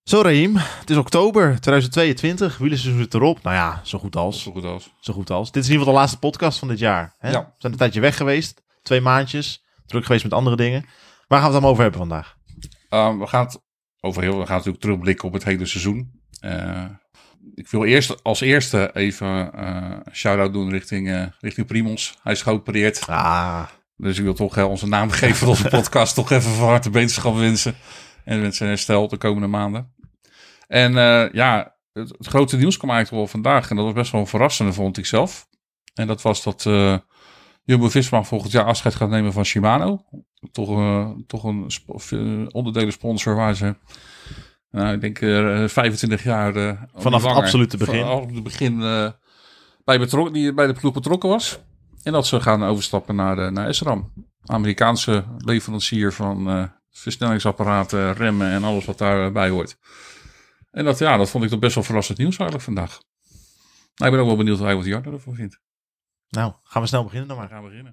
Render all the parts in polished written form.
Zo Raheem, het is oktober 2022, wielerseizoen zit erop. Nou ja, zo goed als. Zo goed als. Dit is in ieder geval de laatste podcast van dit jaar. Hè? Ja. We zijn een tijdje weg geweest, 2 maandjes, druk geweest met andere dingen. Waar gaan we het allemaal over hebben vandaag? We gaan natuurlijk terugblikken op het hele seizoen. Ik wil als eerste even een shout-out doen richting Primos. Hij is geopereerd. Dus ik wil toch onze naamgever van onze podcast toch even van harte beterschap wensen. En met zijn herstel de komende maanden. En het grote nieuws kwam eigenlijk wel vandaag. En dat was best wel een verrassende, vond ik zelf. En dat was dat Jumbo-Visma volgend jaar afscheid gaat nemen van Shimano. Toch een onderdelensponsor waar ze, ik denk 25 jaar... vanaf het absolute begin. Vanaf het begin die bij de ploeg betrokken was. En dat ze gaan overstappen naar SRAM. Amerikaanse leverancier van versnellingsapparaten, remmen en alles wat daarbij hoort. En dat vond ik toch best wel verrassend nieuws eigenlijk vandaag. Nou, ik ben ook wel benieuwd wat Jarno ervan vindt. Nou, gaan we snel beginnen dan maar. Gaan we beginnen.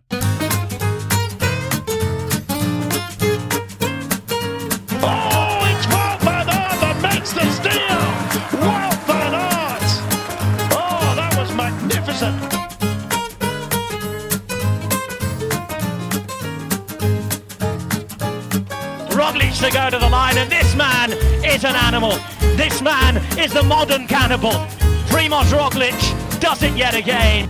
Oh, it's Wout van Aert that makes the steal! Wout van Aert! Oh, that was magnificent! Roglic to go to the line, and this man is an animal. This man is the modern cannibal. Primož Roglic does it yet again.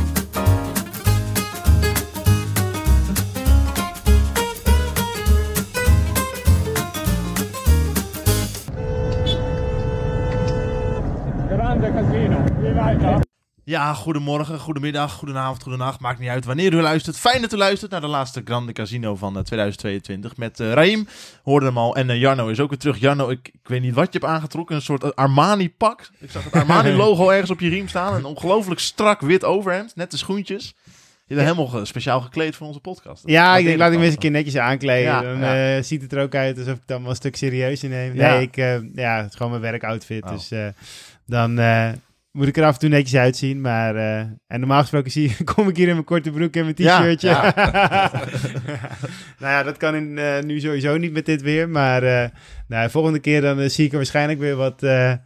Grande Casino, wie weiter? Ja, goedemorgen, goedemiddag, goedenavond, goedenacht. Maakt niet uit wanneer u luistert. Fijn dat u luistert naar de laatste Grande Casino van 2022. Met Raheem, hoorde hem al. En Jarno is ook weer terug. Jarno, ik weet niet wat je hebt aangetrokken. Een soort Armani-pak. Ik zag het Armani-logo ergens op je riem staan. Een ongelooflijk strak wit overhemd. Net de schoentjes. Je bent helemaal speciaal gekleed voor onze podcast. Ja, ik denk, laat ik me eens een keer netjes aankleden. Ja, Dan ziet het er ook uit alsof ik het allemaal een stuk serieuzer neem. Ja. Nee, het is gewoon mijn werkoutfit. Oh. Dus dan moet ik er af en toe netjes uitzien. Maar en normaal gesproken kom ik hier in mijn korte broek en mijn t-shirtje. Ja. Nou ja, dat kan nu sowieso niet met dit weer. Maar volgende keer dan zie ik er waarschijnlijk weer wat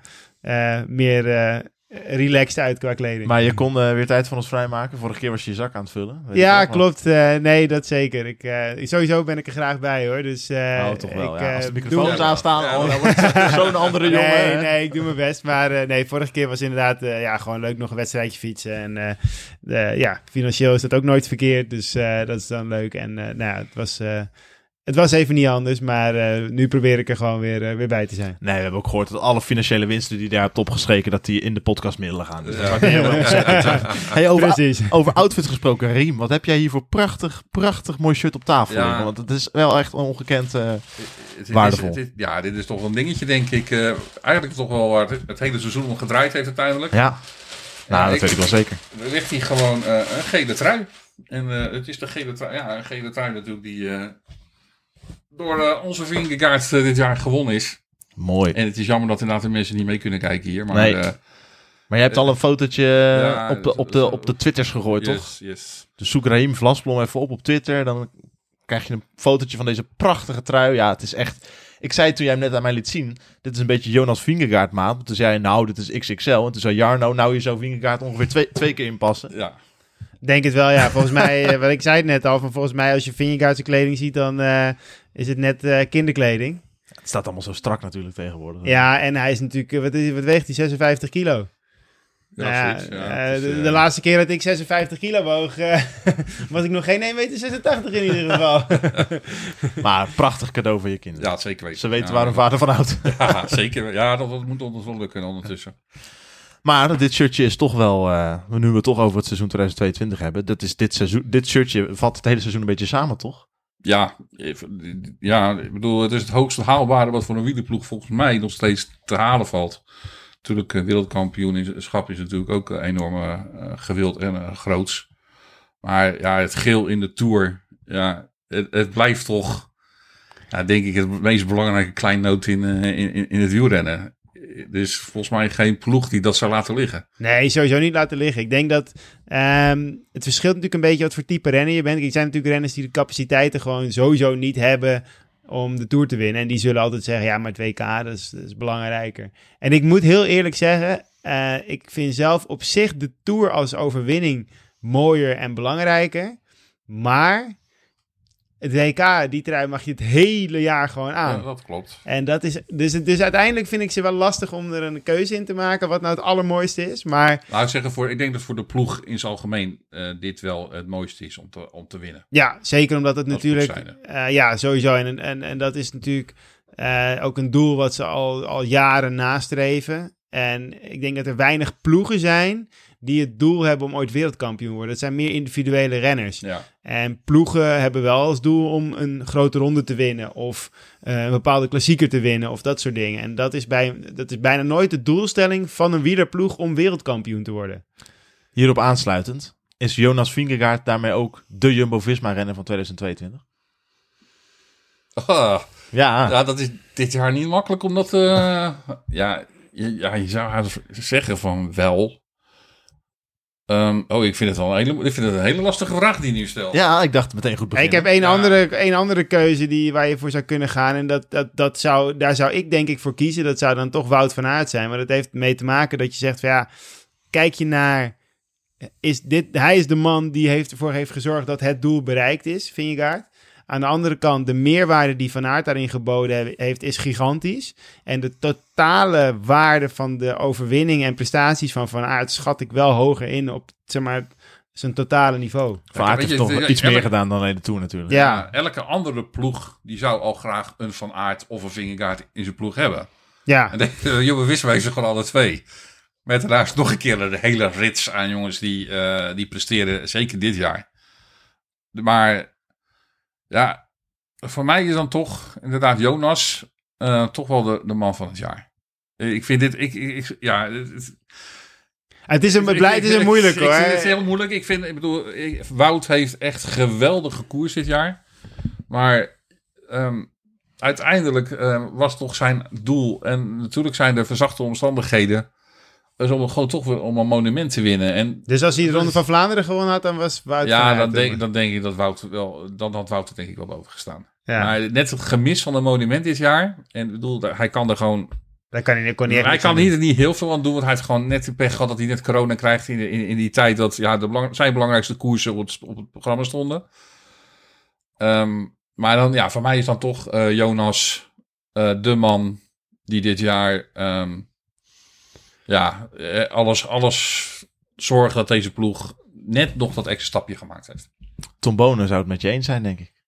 meer relaxed uit qua kleding. Maar je kon weer tijd van ons vrijmaken. Vorige keer was je je zak aan het vullen. Weet Ja, je wel, klopt. Nee, dat zeker. Sowieso ben ik er graag bij, hoor. Dus, toch wel. ik, Als de doe- microfoons aanstaan, dan wordt het zo'n andere jongen. hè? Nee, ik doe mijn best. Maar vorige keer was inderdaad gewoon leuk nog een wedstrijdje fietsen. En financieel is dat ook nooit verkeerd. Dus dat is dan leuk. En het was even niet anders. Maar nu probeer ik er gewoon weer bij te zijn. Nee, we hebben ook gehoord dat alle financiële winsten die daar hebt opgeschreven, dat die in de podcastmiddelen gaan. Dus dat Ja. maakt heel erg ontzettend. Hey, Precies. over outfits gesproken, Riem, wat heb jij hier voor prachtig mooi shirt op tafel Ja. liggen? Want het is wel echt ongekend Het waardevol. Dit is toch een dingetje, denk ik. Eigenlijk toch wel waar het hele seizoen om gedraaid heeft uiteindelijk. Ja, nou, dat weet ik wel zeker. Er ligt hier gewoon een gele trui. En het is de gele trui. Ja, een gele trui natuurlijk die door onze Vingegaard dit jaar gewonnen is. Mooi. En het is jammer dat inderdaad de mensen niet mee kunnen kijken hier. Maar, Nee. Maar je hebt al een fotootje Ja, op de Twitters gegooid, toch? Yes. Dus zoek Raheem Vlasblom even op Twitter. Dan krijg je een fotootje van deze prachtige trui. Ja, het is echt... Ik zei toen jij hem net aan mij liet zien, dit is een beetje Jonas Vingegaard maat. Toen zei hij, dit is XXL. En toen zei Jarno, nou je zou Vingegaard ongeveer twee keer inpassen. Ja. Denk het wel, ja. Volgens mij, wat ik zei het net al, van volgens mij als je Vingegaardse kleding ziet, dan is het net kinderkleding. Het staat allemaal zo strak natuurlijk tegenwoordig. Ja, en hij is natuurlijk, wat weegt hij? 56 kilo. Ja, zoiets, het is, de laatste keer dat ik 56 kilo woog, was ik nog geen 1,86 meter in ieder geval. Maar prachtig cadeau voor je kinderen. Ja, zeker weten. Ze weten Ja, waar hun vader van houdt. Ja, zeker. Ja, dat moet ons wel lukken ondertussen. Maar dit shirtje is toch wel, nu we het toch over het seizoen 2022 hebben, dit shirtje vat het hele seizoen een beetje samen, toch? Ja, ik bedoel, het is het hoogste haalbare wat voor een wielerploeg volgens mij nog steeds te halen valt. Natuurlijk, wereldkampioenschap is natuurlijk ook enorm gewild en groots. Maar ja, het geel in de Tour, ja, het blijft toch, denk ik, het meest belangrijke kleinoot in het wielrennen. Er is volgens mij geen ploeg die dat zou laten liggen. Nee, sowieso niet laten liggen. Ik denk dat het verschilt natuurlijk een beetje wat voor type renner je bent. Er zijn natuurlijk renners die de capaciteiten gewoon sowieso niet hebben om de Tour te winnen. En die zullen altijd zeggen, ja, maar het WK, dat is belangrijker. En ik moet heel eerlijk zeggen, ik vind zelf op zich de Tour als overwinning mooier en belangrijker. Maar het WK, die trui mag je het hele jaar gewoon aan. Ja, dat klopt. En dat is, dus uiteindelijk vind ik ze wel lastig om er een keuze in te maken, wat nou het allermooiste is. Maar Nou, ik denk dat voor de ploeg in zijn algemeen dit wel het mooiste is om te winnen. ja, zeker omdat het Als natuurlijk... ploegzijde. ja, sowieso. En dat is natuurlijk ook een doel wat ze al jaren nastreven. En ik denk dat er weinig ploegen zijn die het doel hebben om ooit wereldkampioen te worden. Dat zijn meer individuele renners. Ja. En ploegen hebben wel als doel om een grote ronde te winnen of een bepaalde klassieker te winnen of dat soort dingen. En dat is bijna nooit de doelstelling van een wielerploeg om wereldkampioen te worden. Hierop aansluitend, is Jonas Vingegaard daarmee ook de Jumbo-Visma-renner van 2022? Ja, Dat is dit jaar niet makkelijk, omdat... je zou zeggen van wel... ik vind het een hele lastige vraag die je nu stelt. ja, ik dacht meteen goed beginnen. Ik heb één andere keuze waar je voor zou kunnen gaan. En daar zou ik denk ik voor kiezen. Dat zou dan toch Wout van Aert zijn. Maar dat heeft mee te maken dat je zegt van ja, kijk je naar... Hij is de man die ervoor heeft gezorgd dat het doel bereikt is, Vingegaard. Aan de andere kant, de meerwaarde die Van Aert daarin geboden heeft, is gigantisch. En de totale waarde van de overwinning en prestaties van Van Aert schat ik wel hoger in op, zeg maar, zijn totale niveau. Van Aert heeft toch iets meer gedaan dan alleen de Tour natuurlijk. Ja. Elke andere ploeg, die zou al graag een Van Aert of een Vingegaard in zijn ploeg hebben. Ja. En de Jumbo-Visma heeft ze gewoon alle twee. Met daarnaast nog een keer een hele rits aan jongens die presteren, zeker dit jaar. Maar ja, voor mij is dan toch inderdaad Jonas toch wel de man van het jaar. Ik vind dit... Het is een moeilijk hoor. Het is heel moeilijk. Wout heeft echt geweldige koers dit jaar. Maar uiteindelijk was toch zijn doel. En natuurlijk zijn er verzachte omstandigheden. Dus om gewoon toch weer om een monument te winnen. En dus als hij de Ronde van Vlaanderen gewonnen had, dan was Wout van Aert. Dan denk ik dat Wout wel... Dan had Wout er denk ik wel boven gestaan. Ja. Maar net het gemis van een monument dit jaar. En ik bedoel, hij kan er gewoon... Hij kan hier niet heel veel aan doen, want hij heeft gewoon net de pech gehad dat hij net corona krijgt in die tijd dat zijn belangrijkste koersen op het programma stonden. Maar dan, ja, voor mij is dan toch Jonas de man die dit jaar alles zorgt dat deze ploeg net nog dat extra stapje gemaakt heeft. Tom Bonen zou het met je eens zijn, denk ik.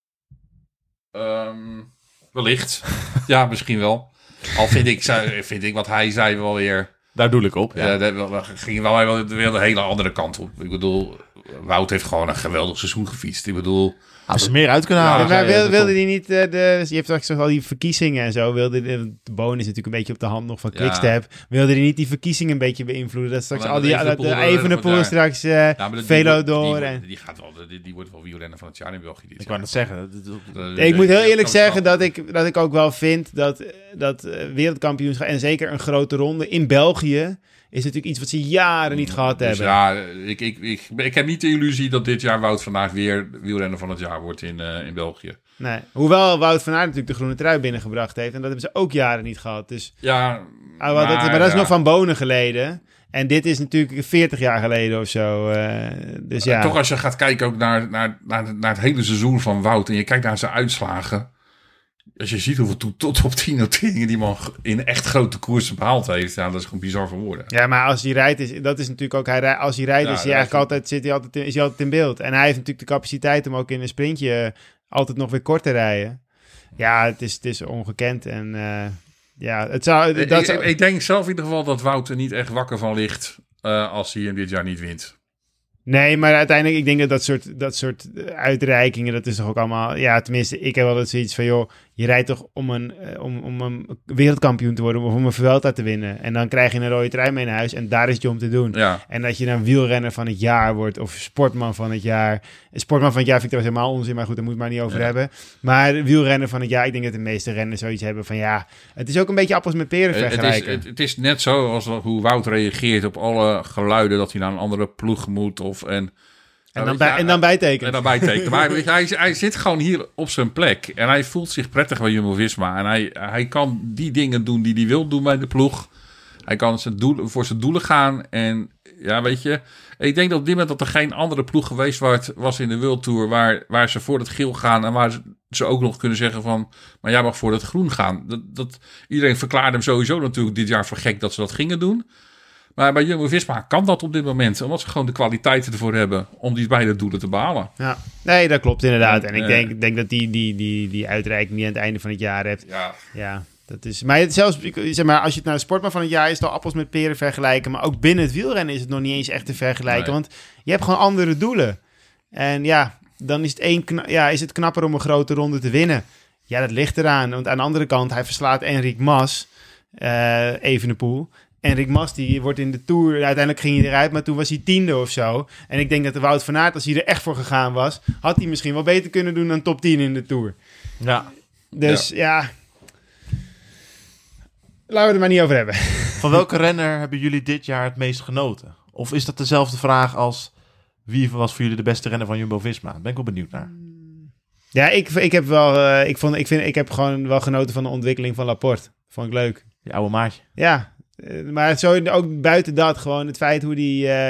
Wellicht. Ja, misschien wel. Al vind ik wat hij zei wel weer... Daar doe ik op. Ja. Dat ging wel weer de hele andere kant op. Ik bedoel, Wout heeft gewoon een geweldig seizoen gefietst. Ik bedoel... Als ze meer uit kunnen halen. Maar wilde hij niet... je hebt straks al die verkiezingen en zo. De Boon is natuurlijk een beetje op de hand nog van Quickstep. Wilde hij niet die verkiezingen een beetje beïnvloeden? Dat straks al die Evenepoel straks Velo door. Die wordt wel wielrenner van het jaar in België. Ik wou net zeggen. Ik moet heel eerlijk zeggen dat ik ook wel vind dat wereldkampioenschap en zeker een grote ronde in België is natuurlijk iets wat ze jaren niet gehad hebben. Ja, ik heb niet de illusie dat dit jaar Wout van Aert weer wielrenner van het jaar wordt in België. Nee, hoewel Wout van Aert natuurlijk de groene trui binnengebracht heeft. En dat hebben ze ook jaren niet gehad. Dus, ja, maar dat is nog van Bonen geleden. En dit is natuurlijk 40 jaar geleden of zo. Dus ja. Toch als je gaat kijken ook naar het hele seizoen van Wout en je kijkt naar zijn uitslagen. Als je ziet hoeveel tot op 10 noteringen die man in echt grote koersen behaald heeft. Ja, dat is gewoon bizar voor woorden. Ja, maar als hij rijdt, dat is natuurlijk ook... Als hij rijdt, is hij altijd in beeld. En hij heeft natuurlijk de capaciteit om ook in een sprintje altijd nog weer kort te rijden. Ja, het is ongekend. En ik denk zelf in ieder geval dat Wout er niet echt wakker van ligt als hij hem dit jaar niet wint. Nee, maar uiteindelijk, ik denk dat soort uitreikingen, dat is toch ook allemaal... Ja, tenminste, ik heb altijd zoiets van, joh, je rijdt toch om een wereldkampioen te worden of om een Vuelta te winnen. En dan krijg je een rode trui mee naar huis en daar is het je om te doen. Ja. En dat je dan wielrenner van het jaar wordt of sportman van het jaar. Sportman van het jaar vind ik trouwens helemaal onzin, maar goed, daar moet het maar niet over hebben. Maar wielrenner van het jaar, ik denk dat de meeste renners zoiets hebben van, ja, het is ook een beetje appels met peren vergelijken. Het is net zo als hoe Wout reageert op alle geluiden dat hij naar een andere ploeg moet En dan bijtekenen. En dan bijtekenen. Maar weet je, hij zit gewoon hier op zijn plek. En hij voelt zich prettig bij Jumbo-Visma. En hij kan die dingen doen die hij wil doen bij de ploeg. Hij kan voor zijn doelen gaan. En ja, weet je... Ik denk dat op dit moment dat er geen andere ploeg geweest was in de World Tour... waar ze voor het geel gaan en waar ze ook nog kunnen zeggen van... maar jij mag voor het groen gaan. Iedereen verklaarde hem sowieso natuurlijk dit jaar voor gek dat ze dat gingen doen. Maar bij Jumbo-Visma kan dat op dit moment. Omdat ze gewoon de kwaliteiten ervoor hebben om die beide doelen te behalen. Ja, nee, dat klopt inderdaad. En ik denk dat die uitreiking die aan het einde van het jaar hebt... Ja, dat is... Maar zelfs, zeg maar, als je het naar de sportman van het jaar is, het al appels met peren vergelijken. Maar ook binnen het wielrennen is het nog niet eens echt te vergelijken. Nee. Want je hebt gewoon andere doelen. En ja, dan is het knapper om een grote ronde te winnen. Ja, dat ligt eraan. Want aan de andere kant, hij verslaat Enric Mas, Evenepoel. Enric Mas, die wordt in de Tour... Uiteindelijk ging hij eruit, maar toen was hij 10e of zo. En ik denk dat de Wout van Aert, als hij er echt voor gegaan was... had hij misschien wel beter kunnen doen dan top 10 in de Tour. Ja. Dus ja... Laten we het er maar niet over hebben. Van welke renner hebben jullie dit jaar het meest genoten? Of is dat dezelfde vraag als... wie was voor jullie de beste renner van Jumbo-Visma? Daar ben ik wel benieuwd naar. Ja, ik heb gewoon wel genoten van de ontwikkeling van Laporte. Vond ik leuk. Je oude maatje. Ja, maar zo ook buiten dat gewoon het feit hoe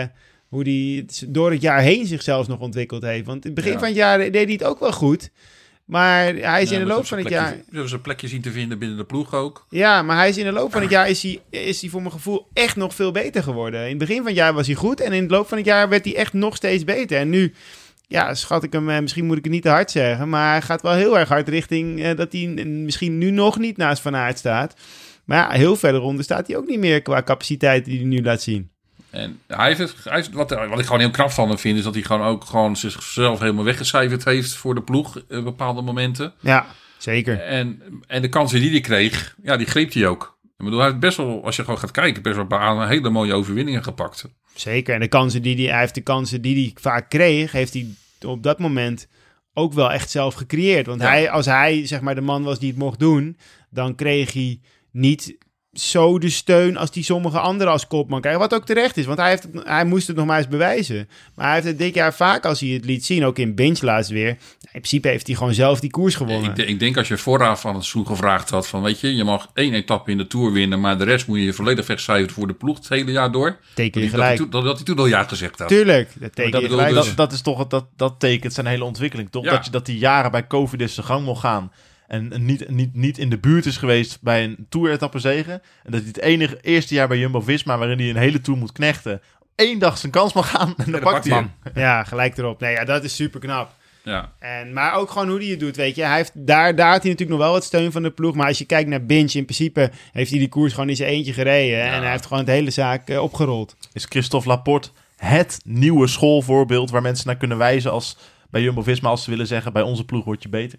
die door het jaar heen zichzelf nog ontwikkeld heeft. Want in het begin van het jaar deed hij het ook wel goed. Maar hij is in de loop van het jaar... We hebben zijn plekje zien te vinden binnen de ploeg ook. Ja, maar hij is in de loop van het jaar... is hij voor mijn gevoel echt nog veel beter geworden. In het begin van het jaar was hij goed. En in de loop van het jaar werd hij echt nog steeds beter. En nu, ja, schat ik hem... Misschien moet ik het niet te hard zeggen. Maar hij gaat wel heel erg hard richting... dat hij misschien nu nog niet naast Van Aert staat. Maar ja, heel verder onder staat hij ook niet meer... qua capaciteit die hij nu laat zien. En wat ik gewoon heel knap van hem vind... is dat hij gewoon zichzelf helemaal weggecijferd heeft... voor de ploeg op bepaalde momenten. Ja, zeker. En de kansen die hij kreeg, ja, die greep hij ook. Ik bedoel, hij heeft best wel, als je gewoon gaat kijken... best wel een hele mooie overwinningen gepakt. Zeker. En de kansen die hij vaak kreeg... heeft hij op dat moment ook wel echt zelf gecreëerd. Want als hij zeg maar de man was die het mocht doen... dan kreeg hij niet... zo de steun als die sommige anderen als kopman krijgen. Wat ook terecht is, want hij moest het nog maar eens bewijzen. Maar hij heeft het dit jaar vaak, als hij het liet zien, ook in Binge laatst weer. In principe heeft hij gewoon zelf die koers gewonnen. Ik denk als je vooraf van het seizoen gevraagd had van, weet je mag 1 etappe in de Tour winnen, maar de rest moet je volledig wegcijferen voor de ploeg het hele jaar door. Teken je gelijk. Dat hij toen al ja gezegd had. Tuurlijk, dat teken je gelijk. Dus... Dat is toch, dat tekent zijn hele ontwikkeling, toch? Ja. Dat die jaren bij Cofidis zijn gang mocht gaan. En niet in de buurt is geweest bij een Tour-etappezege. En dat hij het enige eerste jaar bij Jumbo-Visma... waarin hij een hele Tour moet knechten... 1 dag zijn kans mag gaan en dan pakt hij hem. Ja, gelijk erop. Nee, ja, dat is super knap. Ja. Maar ook gewoon hoe hij het doet, weet je. Hij heeft, daar had hij natuurlijk nog wel wat steun van de ploeg. Maar als je kijkt naar Binge, in principe heeft hij die koers gewoon in zijn eentje gereden. Ja. En hij heeft gewoon het hele zaak opgerold. Is Christophe Laporte het nieuwe schoolvoorbeeld... waar mensen naar kunnen wijzen als bij Jumbo-Visma... als ze willen zeggen, bij onze ploeg word je beter?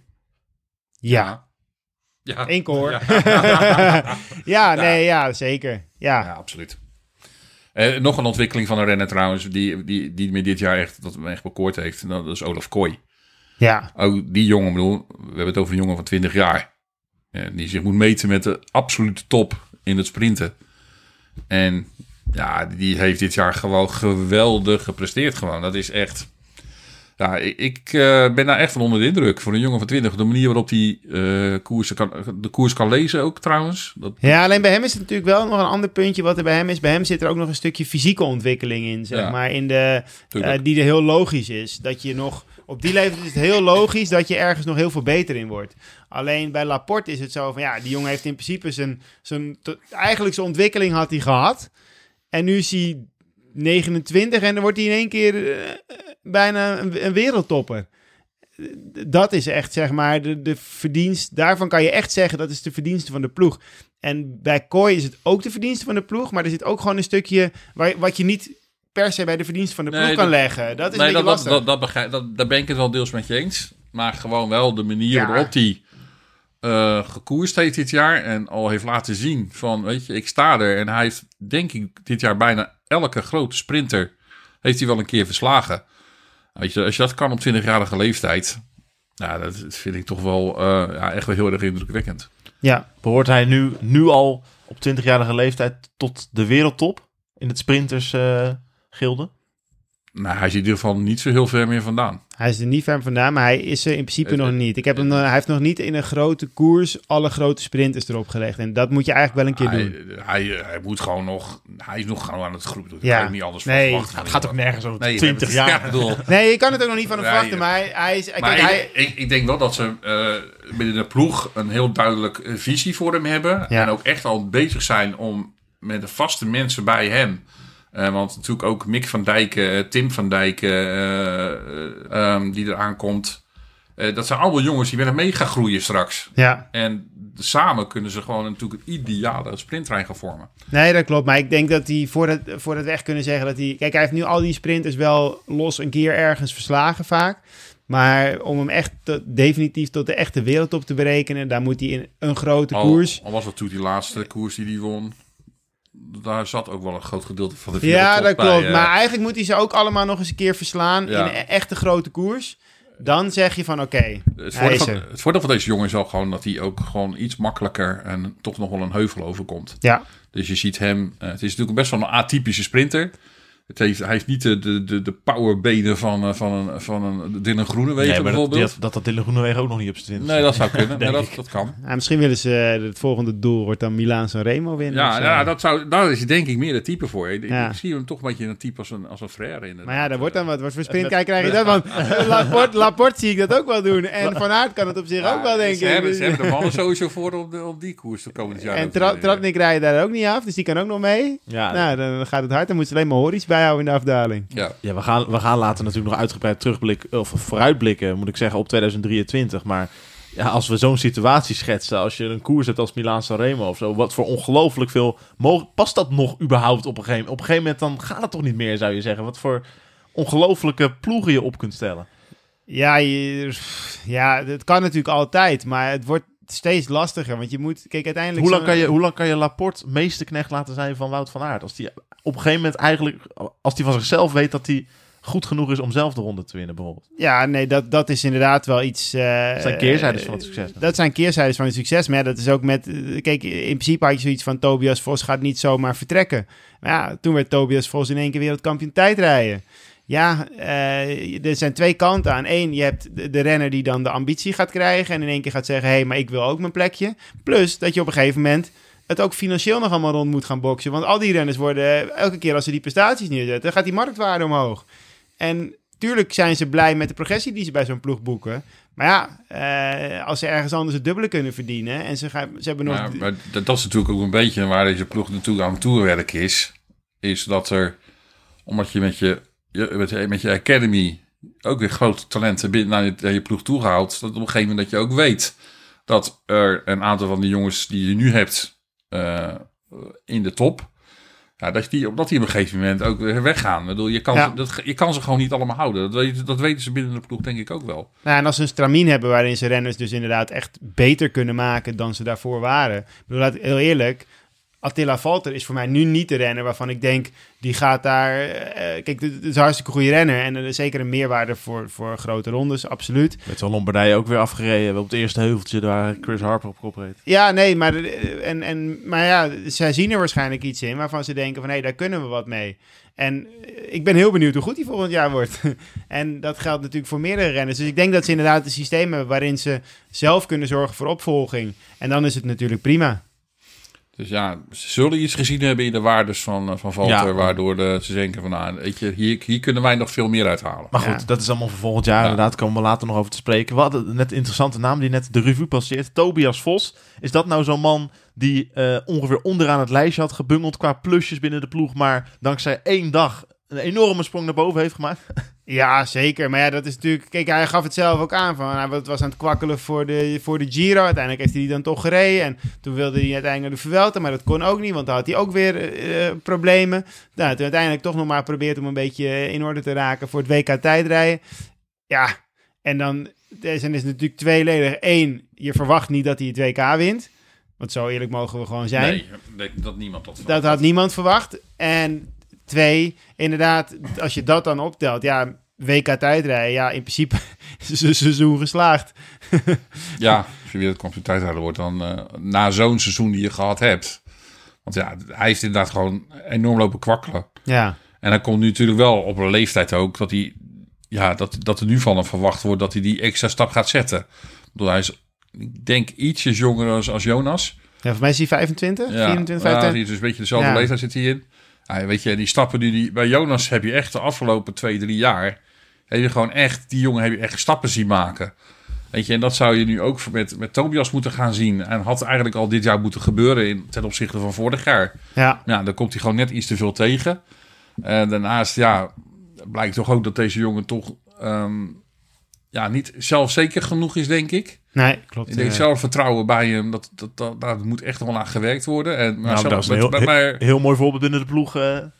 Ja. Eén koor. Ja, zeker. Ja, absoluut. Nog een ontwikkeling van een renner trouwens, die me dit jaar echt bekoord heeft. Dat is Olaf Kooi. Ja. Ook die jongen, we hebben het over een jongen van 20 jaar. Die zich moet meten met de absolute top in het sprinten. En ja, die heeft dit jaar gewoon geweldig gepresteerd gewoon. Dat is echt... Ja, ik ben daar echt van onder de indruk. Voor een jongen van 20. De manier waarop hij de koers kan lezen ook trouwens. Ja, alleen bij hem is het natuurlijk wel nog een ander puntje wat er bij hem is. Bij hem zit er ook nog een stukje fysieke ontwikkeling in, zeg maar. Die er heel logisch is. Dat je nog... Op die leeftijd is het heel logisch dat je ergens nog heel veel beter in wordt. Alleen bij Laporte is het zo van... Ja, die jongen heeft in principe eigenlijk zijn ontwikkeling had hij gehad. En nu is hij 29 en dan wordt hij in één keer... bijna een wereldtopper. Dat is echt, zeg maar, de verdienst. Daarvan kan je echt zeggen, dat is de verdienste van de ploeg. En bij Kooi is het ook de verdienste van de ploeg, maar er zit ook gewoon een stukje wat je niet per se bij de verdienste van de ploeg kan leggen. Dat is een beetje lastig. Daar ben ik het wel deels met je eens. Maar gewoon wel de manier waarop hij gekoerst heeft dit jaar en al heeft laten zien van, weet je, ik sta er. En hij heeft, denk ik, dit jaar bijna elke grote sprinter heeft hij wel een keer verslagen. Weet je, als je dat kan op 20-jarige leeftijd, nou, dat vind ik toch wel echt wel heel erg indrukwekkend. Ja, behoort hij nu al op 20-jarige leeftijd tot de wereldtop in het sprinters gilde? Maar hij is in ieder geval niet zo heel ver meer vandaan. Hij is er niet ver vandaan, maar hij is er in principe nog niet. Hij heeft nog niet in een grote koers alle grote sprinters erop gelegd. En dat moet je eigenlijk wel een keer doen. Hij moet gewoon nog... Hij is nog gewoon aan het groeien. Dat Ja. kan je niet anders Nee. verwachten. Het gaat ook nergens over Nee, 20 jaar. Ja, ik bedoel, Nee, je kan het ook nog niet van hem Nee, verwachten, maar hij is... maar Kijk, ik denk wel dat ze binnen de ploeg een heel duidelijk visie voor hem hebben. Ja. En ook echt al bezig zijn om met de vaste mensen bij hem... want natuurlijk ook Mick van Dijk, Tim van Dijk, die eraan komt. Dat zijn allemaal jongens die met hem mee gaan groeien straks. Ja, En samen kunnen ze gewoon natuurlijk een ideale sprinttrein gaan vormen. nee, dat klopt. Maar ik denk dat hij, voordat we echt kunnen zeggen dat hij... Kijk, hij heeft nu al die sprinters wel los een keer ergens verslagen vaak. Maar om hem echt definitief tot de echte wereldtop te berekenen... daar moet hij in een grote koers... Al was het natuurlijk die laatste koers die hij won... Daar zat ook wel een groot gedeelte van de Ja, wereldtop dat klopt. bij, Maar eigenlijk moet hij ze ook allemaal nog eens een keer verslaan... Ja. in een echte grote koers. Dan zeg je van oké, Het voordeel van deze jongen is al gewoon dat hij ook gewoon iets makkelijker... en toch nog wel een heuvel overkomt. Ja, Dus je ziet hem... het is natuurlijk best wel een atypische sprinter... Hij heeft niet de powerbenen van een Dylan Groenewegen Nee, maar bijvoorbeeld. dat Dylan Groenewegen ook nog niet op zijn 20. Nee, dat zou kunnen. Denk Maar ik. dat kan. ja, misschien willen ze het volgende doel wordt dan Milaan-San Remo winnen. of zo. Daar is hij denk ik meer de type voor. Ik Ja. zie hem toch een beetje een type als een Frère in. Maar ja, daar wordt dan wat voor sprintkijk krijg je dat? Want Laporte zie ik dat ook wel doen. En Van Aert kan het op zich ook wel, denk Ze ik. hebben de mannen sowieso voor op die koers de komende jaar. En Tratnik rijdt daar ook niet af, dus die kan ook nog mee. Ja, Nou, dan gaat het hard. Dan moeten ze alleen maar Horries bijhouden in de afdaling. Ja. ja, we gaan later natuurlijk nog uitgebreid vooruitblikken, moet ik zeggen, op 2023. Maar ja, als we zo'n situatie schetsen, als je een koers hebt als Milaan-San Remo of zo, wat voor ongelooflijk veel past dat nog überhaupt op een gegeven moment? Op een gegeven moment dan gaat het toch niet meer, zou je zeggen. Wat voor ongelooflijke ploegen je op kunt stellen. Ja, het kan natuurlijk altijd, maar het wordt steeds lastiger. Want je moet, kijk, uiteindelijk... Hoe lang kan je Laporte meesterknecht laten zijn van Wout van Aert? Als die op een gegeven moment eigenlijk, als die van zichzelf weet dat hij goed genoeg is om zelf de ronde te winnen, bijvoorbeeld. Ja, nee, dat is inderdaad wel iets... Dat zijn keerzijdes van het succes. Dat zijn keerzijdes van het succes. Maar ja, dat is ook met... Kijk, in principe had je zoiets van Tobias Vos gaat niet zomaar vertrekken. Maar ja, toen werd Tobias Vos in één keer wereldkampioen tijdrijden. Ja, er zijn twee kanten aan. Eén, je hebt de renner die dan de ambitie gaat krijgen en in één keer gaat zeggen, hé, maar ik wil ook mijn plekje. Plus dat je op een gegeven moment het ook financieel nog allemaal rond moet gaan boksen. Want al die renners worden, elke keer als ze die prestaties neerzetten, gaat die marktwaarde omhoog. En tuurlijk zijn ze blij met de progressie die ze bij zo'n ploeg boeken. Maar ja, als ze ergens anders het dubbele kunnen verdienen en ze hebben nog... Maar dat is natuurlijk ook een beetje waar deze ploeg natuurlijk aan toewerk is dat er, omdat je met je academy ook weer grote talenten naar je ploeg toegehaald, dat op een gegeven moment dat je ook weet dat er een aantal van die jongens die je nu hebt in de top, ja, dat die op een gegeven moment ook weer weggaan. Ik bedoel, je kan ze gewoon niet allemaal houden. Dat weten ze binnen de ploeg denk ik ook wel. Nou, en als ze een stramien hebben waarin ze renners dus inderdaad echt beter kunnen maken dan ze daarvoor waren. Ik bedoel, heel eerlijk, Attila Valter is voor mij nu niet de renner waarvan ik denk, die gaat daar... kijk, het is een hartstikke goede renner en er is zeker een meerwaarde voor grote rondes, absoluut. Met zo'n Lombardije ook weer afgereden. Op het eerste heuveltje waar Chris Harper op kop reed. Ja, nee, maar ja, zij zien er waarschijnlijk iets in waarvan ze denken van, hé, daar kunnen we wat mee. En ik ben heel benieuwd hoe goed die volgend jaar wordt. En dat geldt natuurlijk voor meerdere renners. Dus ik denk dat ze inderdaad een systeem hebben waarin ze zelf kunnen zorgen voor opvolging. En dan is het natuurlijk prima. Dus ja, ze zullen iets gezien hebben in de waardes van Valter, Ja. waardoor ze denken van, nou, weet je, hier kunnen wij nog veel meer uithalen. Maar goed, dat is allemaal voor volgend jaar. Ja. Inderdaad, komen we later nog over te spreken. We hadden net een interessante naam die net de revue passeert. Tobias Vos. Is dat nou zo'n man die ongeveer onderaan het lijstje had gebungeld qua plusjes binnen de ploeg, maar dankzij 1 dag een enorme sprong naar boven heeft gemaakt? Ja, zeker. Maar ja, dat is natuurlijk... Kijk, hij gaf het zelf ook aan. Hij was aan het kwakkelen voor de Giro. Uiteindelijk heeft hij die dan toch gereden. En toen wilde hij uiteindelijk naar de Vuelta. Maar dat kon ook niet, want dan had hij ook weer problemen. Nou, toen uiteindelijk toch nog maar geprobeerd om een beetje in orde te raken voor het WK tijdrijden. Ja, en dan is het natuurlijk tweeledig. 1, je verwacht niet dat hij het WK wint. Want zo eerlijk mogen we gewoon zijn. Nee, dat niemand dat Dat had niemand verwacht. En 2, inderdaad, als je dat dan optelt, ja, WK tijdrijden, ja, in principe is een seizoen geslaagd. Ja, als je weer het competitiviteitsrijder wordt, dan na zo'n seizoen die je gehad hebt. Want ja, hij is inderdaad gewoon enorm lopen kwakkelen. Ja. En hij komt nu natuurlijk wel op een leeftijd ook dat hij, dat er nu van hem verwacht wordt dat hij die extra stap gaat zetten. Ik bedoel, hij is, ik denk, ietsjes jonger als Jonas. Ja, voor mij is hij 25, 24, 25. Ja, dus een beetje dezelfde leeftijd zit hij in. Ja, weet je, die stappen die bij Jonas heb je echt de afgelopen 2-3 jaar... heb je gewoon echt, die jongen heb je echt stappen zien maken. Weet je, en dat zou je nu ook met Tobias moeten gaan zien. En had eigenlijk al dit jaar moeten gebeuren ten opzichte van vorig jaar. Ja. Ja, dan komt hij gewoon net iets te veel tegen. En daarnaast, blijkt toch ook dat deze jongen toch niet zelfzeker genoeg is, denk ik. Nee, klopt. Ik denk zelfvertrouwen bij hem, dat moet echt wel aan gewerkt worden. En, dat is een heel mooi voorbeeld binnen de ploeg.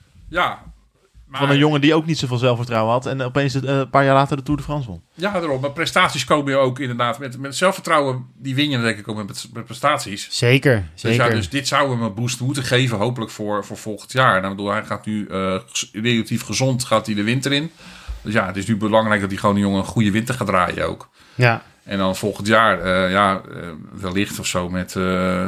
Van een jongen die ook niet zoveel zelfvertrouwen had. En opeens een paar jaar later de Tour de France won. Ja, daarom. Maar prestaties komen je ook inderdaad. Met zelfvertrouwen, die win je denk ik ook met prestaties. Zeker. Dus dit zou hem een boost moeten geven. Hopelijk voor volgend jaar. Nou, bedoel, hij gaat nu relatief gezond gaat hij de winter in. Dus ja, het is nu belangrijk dat hij gewoon een jongen een goede winter gaat draaien ook. Ja. En dan volgend jaar, wellicht of zo met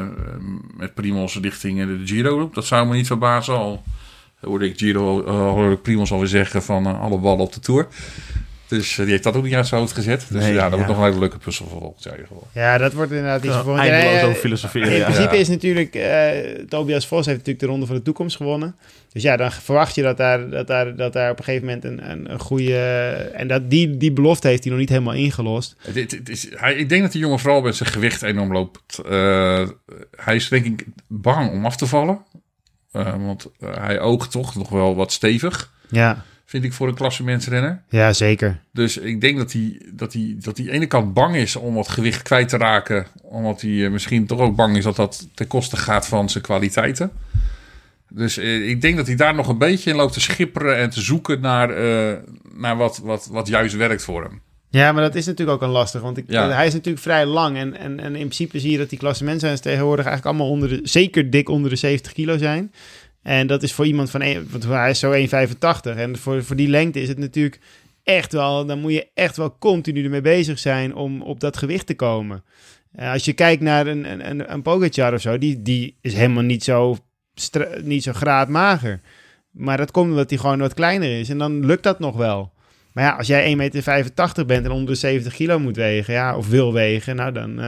Primoz richting de Giro. Dat zou me niet verbazen. Al hoorde ik Primoz alweer zeggen van alle ballen op de Tour. Dus die heeft dat ook niet uit zijn hoofd gezet. Dus dat wordt nog een hele leuke puzzel voor volgend jaar in ieder geval. Ja, dat wordt inderdaad iets voor eindeloos over filosoferen. In principe is natuurlijk, Tobias Vos heeft natuurlijk de Ronde van de Toekomst gewonnen. Dus ja, dan verwacht je dat daar op een gegeven moment een goede... En dat die belofte heeft hij nog niet helemaal ingelost. Ik denk dat die jongen vooral met zijn gewicht enorm loopt. Hij is denk ik bang om af te vallen. Want hij oogt toch nog wel wat stevig. Ja. Vind ik voor een klassementsrenner. Ja, zeker. Dus ik denk dat hij aan de ene kant bang is om wat gewicht kwijt te raken. Omdat hij misschien toch ook bang is dat ten koste gaat van zijn kwaliteiten. Dus ik denk dat hij daar nog een beetje in loopt te schipperen en te zoeken naar wat juist werkt voor hem. Ja, maar dat is natuurlijk ook een lastig. Want hij is natuurlijk vrij lang. En in principe zie je dat die klassementsrenners tegenwoordig eigenlijk allemaal zeker dik onder de 70 kilo zijn. En dat is voor iemand want hij is zo 1,85. En voor die lengte is het natuurlijk echt wel... Dan moet je echt wel continu ermee bezig zijn om op dat gewicht te komen. Als je kijkt naar een Pogacar of zo, die is helemaal niet zo graadmager. Maar dat komt omdat hij gewoon wat kleiner is. En dan lukt dat nog wel. Maar ja, als jij 1,85 meter bent en onder de 70 kilo moet wegen, of wil wegen, nou dan...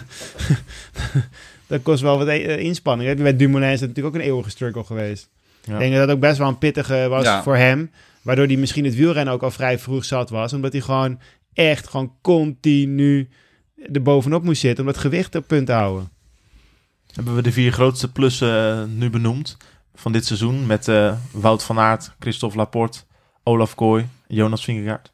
dat kost wel wat inspanning. Bij Dumoulin is dat natuurlijk ook een eeuwige struggle geweest. Ja. Ik denk dat dat ook best wel een pittige was voor hem. Waardoor hij misschien het wielrennen ook al vrij vroeg zat was. Omdat hij gewoon continu er bovenop moest zitten om dat gewicht op punt te houden. Hebben we de 4 grootste plussen nu benoemd van dit seizoen. Met Wout van Aert, Christophe Laporte, Olaf Kooi, Jonas Vingegaard.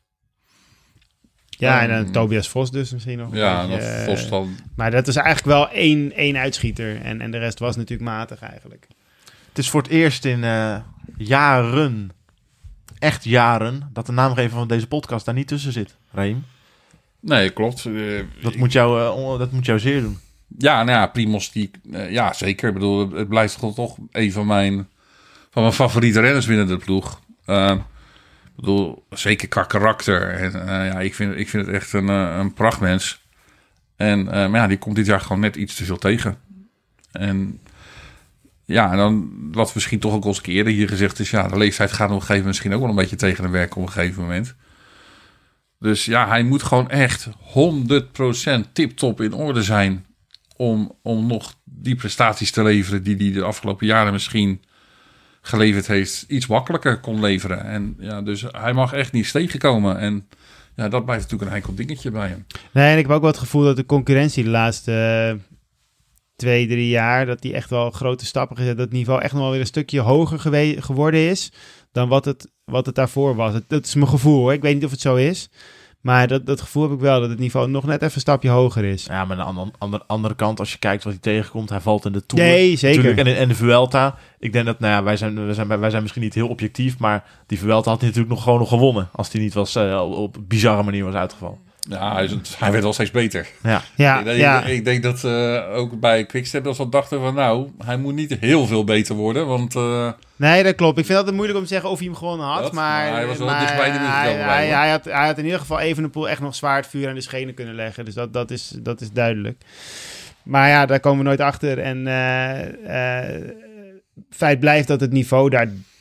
Ja, en dan Tobias Vos dus misschien nog. Ja, dat Vos dan. Maar dat is eigenlijk wel één uitschieter. En de rest was natuurlijk matig eigenlijk. Het is voor het eerst in jaren, echt jaren, dat de naamgever van deze podcast daar niet tussen zit. Raim? Nee, klopt. Dat moet jou zeer doen. Ja, nou ja, Primoz, ja, zeker. Ik bedoel, het blijft toch een van mijn favoriete renners binnen de ploeg. Ik bedoel, zeker qua karakter. En, ik vind het echt een prachtmens. Maar die komt dit jaar gewoon net iets te veel tegen. En ja, en dan wat misschien toch ook al eens eerder hier gezegd is... de leeftijd gaat op een gegeven moment misschien ook wel een beetje tegen hem werken op een gegeven moment. Dus ja, hij moet gewoon echt 100% tip-top in orde zijn... om nog die prestaties te leveren die hij de afgelopen jaren misschien... geleverd heeft, iets makkelijker kon leveren. En ja, dus hij mag echt niet tegenkomen. En ja, dat blijft natuurlijk een enkel dingetje bij hem. Nee, en ik heb ook wel het gevoel dat de concurrentie de laatste 2-3 jaar... dat die echt wel grote stappen gezet. Dat het niveau echt nog wel weer een stukje hoger geworden is... dan wat het daarvoor was. Dat is mijn gevoel, hoor. Ik weet niet of het zo is... Maar dat gevoel heb ik wel, dat het niveau nog net even een stapje hoger is. Ja, maar aan de andere kant, als je kijkt wat hij tegenkomt... hij valt in de Tour. Nee, zeker. En de Vuelta. Ik denk dat, wij zijn misschien niet heel objectief... maar die Vuelta had hij natuurlijk nog gewonnen... als hij niet was op een bizarre manier was uitgevallen. Ja, hij werd wel steeds beter. Ja. Ik denk dat ook bij Quickstep dat ze dachten van... hij moet niet heel veel beter worden, want... Nee, dat klopt. Ik vind het altijd moeilijk om te zeggen of hij hem gewonnen had. Maar hij was wel dichtbij de buurt. Hij had in ieder geval Evenepoel echt nog zwaar het vuur aan de schenen kunnen leggen. Dus dat is duidelijk. Maar ja, daar komen we nooit achter. En feit blijft dat het niveau daar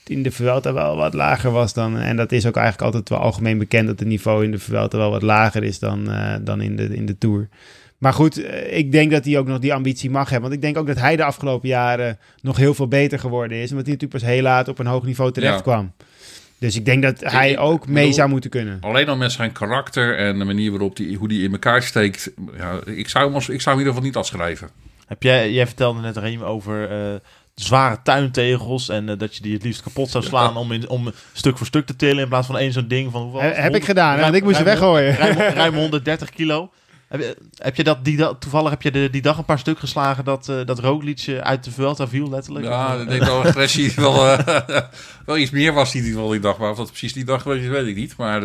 in de Vuelta wel wat lager was dan... En dat is ook eigenlijk altijd wel algemeen bekend... dat het niveau in de Vuelta wel wat lager is dan in de Tour. Maar goed, ik denk dat hij ook nog die ambitie mag hebben. Want ik denk ook dat hij de afgelopen jaren... nog heel veel beter geworden is. Omdat hij natuurlijk pas heel laat op een hoog niveau terecht kwam. Dus ik denk dat hij ook mee zou moeten kunnen. Alleen al met zijn karakter en de manier waarop hoe die in elkaar steekt. Ja, ik zou hem in ieder geval niet afschrijven. Jij vertelde net Reem over zware tuintegels en dat je die het liefst kapot zou slaan om stuk voor stuk te tillen in plaats van één zo'n ding van... Heb ik gedaan, want ik moest ze weggooien. Ruim 130 kilo. Heb je toevallig die dag een paar stuk geslagen dat Roglic uit de Vuelta viel, letterlijk? Ja, ik denk dat agressie wel iets meer was die dag. Maar of dat precies die dag geweest is, weet ik niet. Maar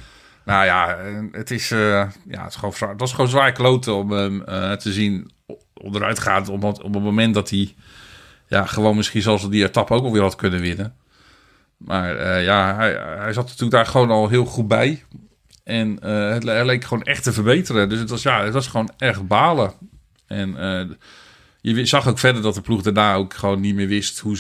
het was gewoon zwaar kloten om hem te zien onderuit gaan. Op het moment dat hij gewoon misschien zelfs die etappe ook alweer had kunnen winnen. Maar hij zat natuurlijk daar gewoon al heel goed bij. En het leek gewoon echt te verbeteren. Dus het was gewoon echt balen. En je zag ook verder dat de ploeg daarna ook gewoon niet meer wist hoe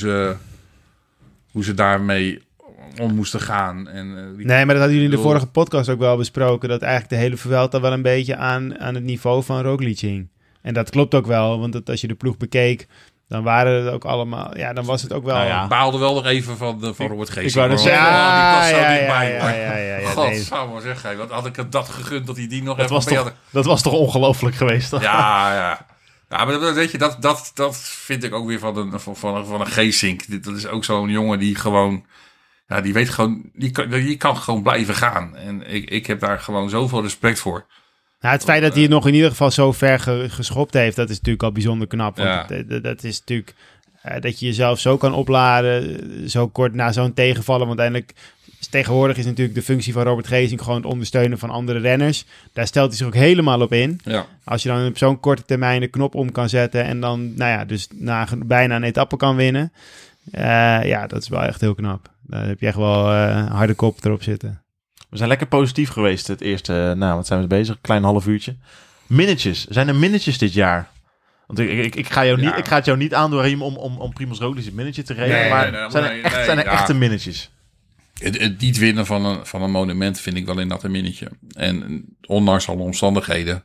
ze daarmee om moesten gaan. Nee, maar dat hadden jullie in de vorige podcast ook wel besproken. Dat eigenlijk de hele Vuelta wel een beetje aan het niveau van Roglic hing. En dat klopt ook wel. Want als je de ploeg bekeek... Dan waren het ook allemaal... Ja, dan was het ook wel... Ik baalde wel nog even van Robert Geesink. Ik wou dat zeggen. Die was zo dichtbij. Ja. Godsamme zeg. Wat had ik het dat gegund dat hij die nog Dat was toch ongelooflijk geweest? Dan? Ja, maar weet je, dat vind ik ook weer van een Geesink. Dat is ook zo'n jongen die gewoon... Ja, die weet gewoon... Die kan gewoon blijven gaan. En ik heb daar gewoon zoveel respect voor. Nou, het feit dat hij het nog in ieder geval zo ver geschopt heeft, dat is natuurlijk al bijzonder knap. Want dat is natuurlijk dat je jezelf zo kan opladen, zo kort na zo'n tegenvallen. Want uiteindelijk, tegenwoordig is natuurlijk de functie van Robert Geesink gewoon het ondersteunen van andere renners. Daar stelt hij zich ook helemaal op in. Ja. Als je dan op zo'n korte termijn de knop om kan zetten en dan, dus bijna een etappe kan winnen. Dat is wel echt heel knap. Daar heb je echt wel harde kop erop zitten. We zijn lekker positief geweest het eerste, wat zijn we bezig? Klein half uurtje. Minnetjes. Zijn er minnetjes dit jaar? Want ik ga het jou niet aandoen, Riem, om Primož Roglic het minnetje te rijden. Zijn er echte minnetjes? Het niet winnen van een monument vind ik wel inderdaad een minnetje. En ondanks alle omstandigheden.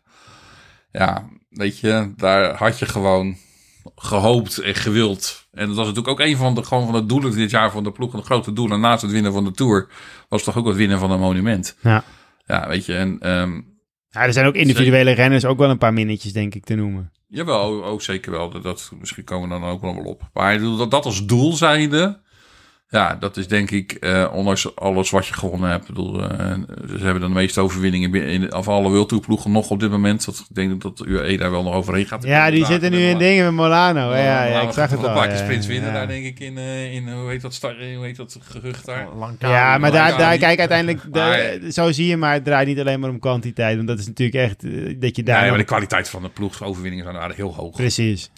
Ja, weet je, daar had je gewoon gehoopt en gewild. En dat was natuurlijk ook een van de doelen dit jaar van de ploeg. Een grote doel. En naast het winnen van de Tour was toch ook het winnen van een monument. Ja, weet je. En, er zijn ook individuele renners ook wel een paar minnetjes, denk ik, te noemen. Jawel, ook zeker wel. Misschien komen we dan ook nog wel op. Maar dat als doel zijnde... Ja, dat is denk ik, ondanks alles wat je gewonnen hebt. Ik bedoel, ze hebben dan de meeste overwinningen of alle World Tour ploegen nog op dit moment. Ik denk dat UAE daar wel nog overheen gaat. Ja, die zitten nu in dingen met Molano. Ik zag het al. Een paar keer sprints winnen daar denk ik in hoe heet dat gerucht daar? Ja, maar daar kijk uiteindelijk, zo zie je, maar het draait niet alleen maar om kwantiteit. Want dat is natuurlijk echt dat je daar... maar de kwaliteit van de ploegsoverwinningen zijn daar heel hoog. Precies.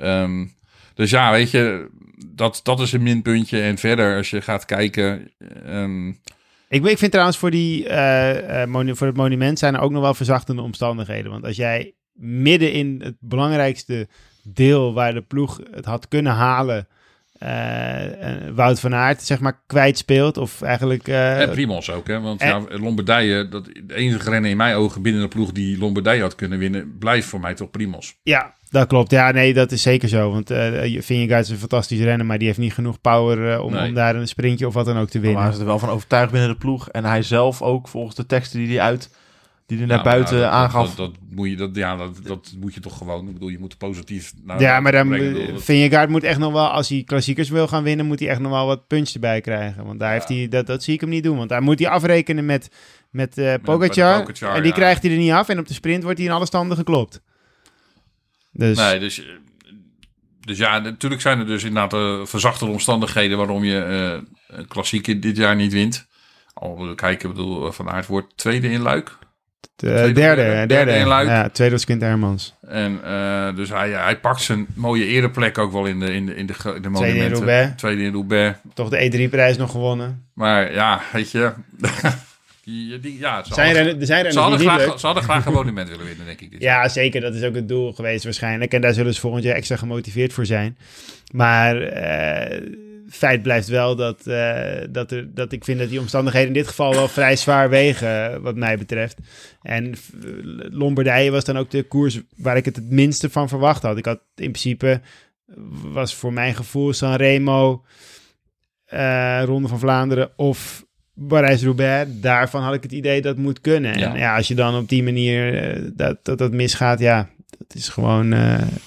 Dus ja, weet je... Dat is een minpuntje. En verder, als je gaat kijken... Ik vind trouwens voor het monument zijn er ook nog wel verzachtende omstandigheden. Want als jij midden in het belangrijkste deel waar de ploeg het had kunnen halen... Wout van Aert, zeg maar, kwijtspeelt. Of eigenlijk... en Primož ook, hè. Want Lombardije, de enige renner in mijn ogen binnen de ploeg die Lombardije had kunnen winnen, blijft voor mij toch Primož. Ja, dat klopt. Ja, nee, dat is zeker zo. Want Vingegaard is een fantastische renner, maar die heeft niet genoeg power om daar een sprintje of wat dan ook te winnen. Maar hij is er wel van overtuigd binnen de ploeg. En hij zelf ook, volgens de teksten die hij naar buiten aangaf. Dat moet je toch gewoon. Ik bedoel, je moet positief... maar dan Vingegaard moet echt nog wel, als hij klassiekers wil gaan winnen, moet hij echt nog wel wat punch erbij krijgen. Want daar heeft hij, dat zie ik hem niet doen. Want daar moet hij afrekenen met Pogacar. En die krijgt hij er niet af. En op de sprint wordt hij in alle standen geklopt. Dus ja, natuurlijk zijn er dus inderdaad verzachte omstandigheden waarom je een klassieker dit jaar niet wint. Al kijken, ik bedoel, Van Aert wordt tweede in Luik. Derde in Luik. Ja, tweede was Quint Hermans. En dus hij pakt zijn mooie ereplek ook wel in de monumenten. Tweede in Roubaix. Toch de E3-prijs nog gewonnen. Maar ja, weet je... Ze hadden graag een monument willen winnen, denk ik. Ja, zeker. Dat is ook het doel geweest waarschijnlijk. En daar zullen ze volgend jaar extra gemotiveerd voor zijn. Maar feit blijft wel dat ik vind dat die omstandigheden in dit geval wel vrij zwaar wegen, wat mij betreft. En Lombardije was dan ook de koers waar ik het minste van verwacht had. Ik had in principe, was voor mijn gevoel Sanremo, Ronde van Vlaanderen of Parijs-Roubaix. Daarvan had ik het idee dat moet kunnen. Ja. En ja, als je dan op die manier dat misgaat, ja, dat is gewoon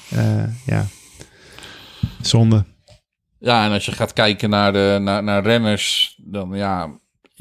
zonde. Ja, en als je gaat kijken naar renners, dan ja,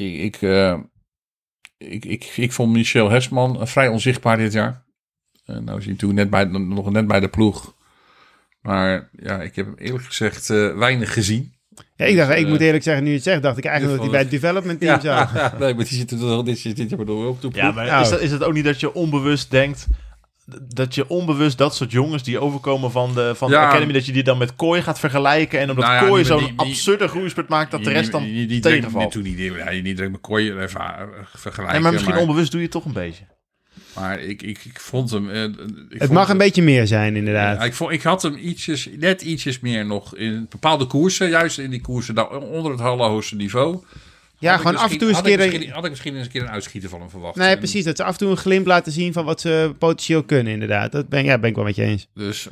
ik vond Michel Hesman vrij onzichtbaar dit jaar. Nou is hij natuurlijk nog net bij de ploeg. Maar ja, ik heb hem eerlijk gezegd weinig gezien. Ja, ik dacht, ik moet eerlijk zeggen, nu je het zegt, dacht ik eigenlijk dat hij bij het development team zat. Nee, maar die zit er wel dit jaar door op de ploeg. Ja, maar is het ook niet dat je onbewust denkt, dat je onbewust dat soort jongens die overkomen van de Academy, dat je die dan met Kooi gaat vergelijken en omdat Kooi zo'n absurde groeispurt maakt dat de rest dan tegenvalt. Niet direct met Kooi vergelijken. Nee, maar misschien onbewust doe je het toch een beetje. Maar ik vond hem... het mag een beetje meer zijn, inderdaad. Ik had hem net ietsjes meer nog in bepaalde koersen. Juist in die koersen daar onder het allerhoogste niveau. Ja, gewoon af en toe eens had ik misschien eens een keer een uitschieter van hem verwacht. Nee, precies. Dat ze af en toe een glimp laten zien van wat ze potentieel kunnen, inderdaad. Dat ben ik wel met je eens. Dus,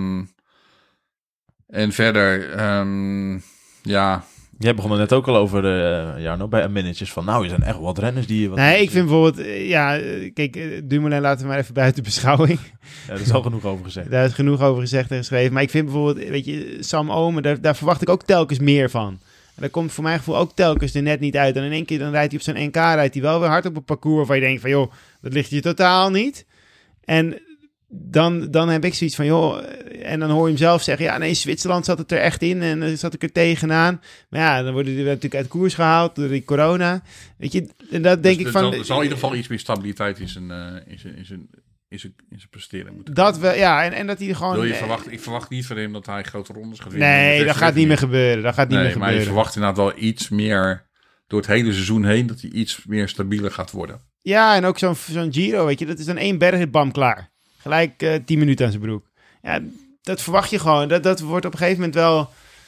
en verder, ja... Jij begon er net ook al over, Jarno, bij managers van, nou, er zijn echt wat renners die... Nee, ik vind bijvoorbeeld, kijk, Dumoulin laten we maar even buiten beschouwing. Ja, er is al genoeg over gezegd. Daar is genoeg over gezegd en geschreven. Maar ik vind bijvoorbeeld, weet je, Sam Omen, daar verwacht ik ook telkens meer van. En daar komt voor mijn gevoel ook telkens er net niet uit. En in één keer dan rijdt hij op zo'n NK, rijdt hij wel weer hard op een parcours waarvan je denkt van, joh, dat ligt je totaal niet. En dan heb ik zoiets van, joh, en dan hoor je hem zelf zeggen, ja, nee, Zwitserland zat het er echt in en dan zat ik er tegenaan. Maar ja, dan worden die natuurlijk uit koers gehaald door die corona. Weet je, en dat denk ik van... Er zal in ieder geval iets meer stabiliteit in zijn presteren moeten dat we, ja, en dat hij gewoon... Ik verwacht niet van hem dat hij grote rondes gaat winnen. Nee, dat gaat niet meer gebeuren. Maar je verwacht inderdaad wel iets meer, door het hele seizoen heen, dat hij iets meer stabieler gaat worden. Ja, en ook zo'n Giro, weet je, dat is dan 1 berg, bam, klaar. Gelijk 10 minuten aan zijn broek. Ja, dat verwacht je gewoon. Dat wordt op een gegeven moment wel...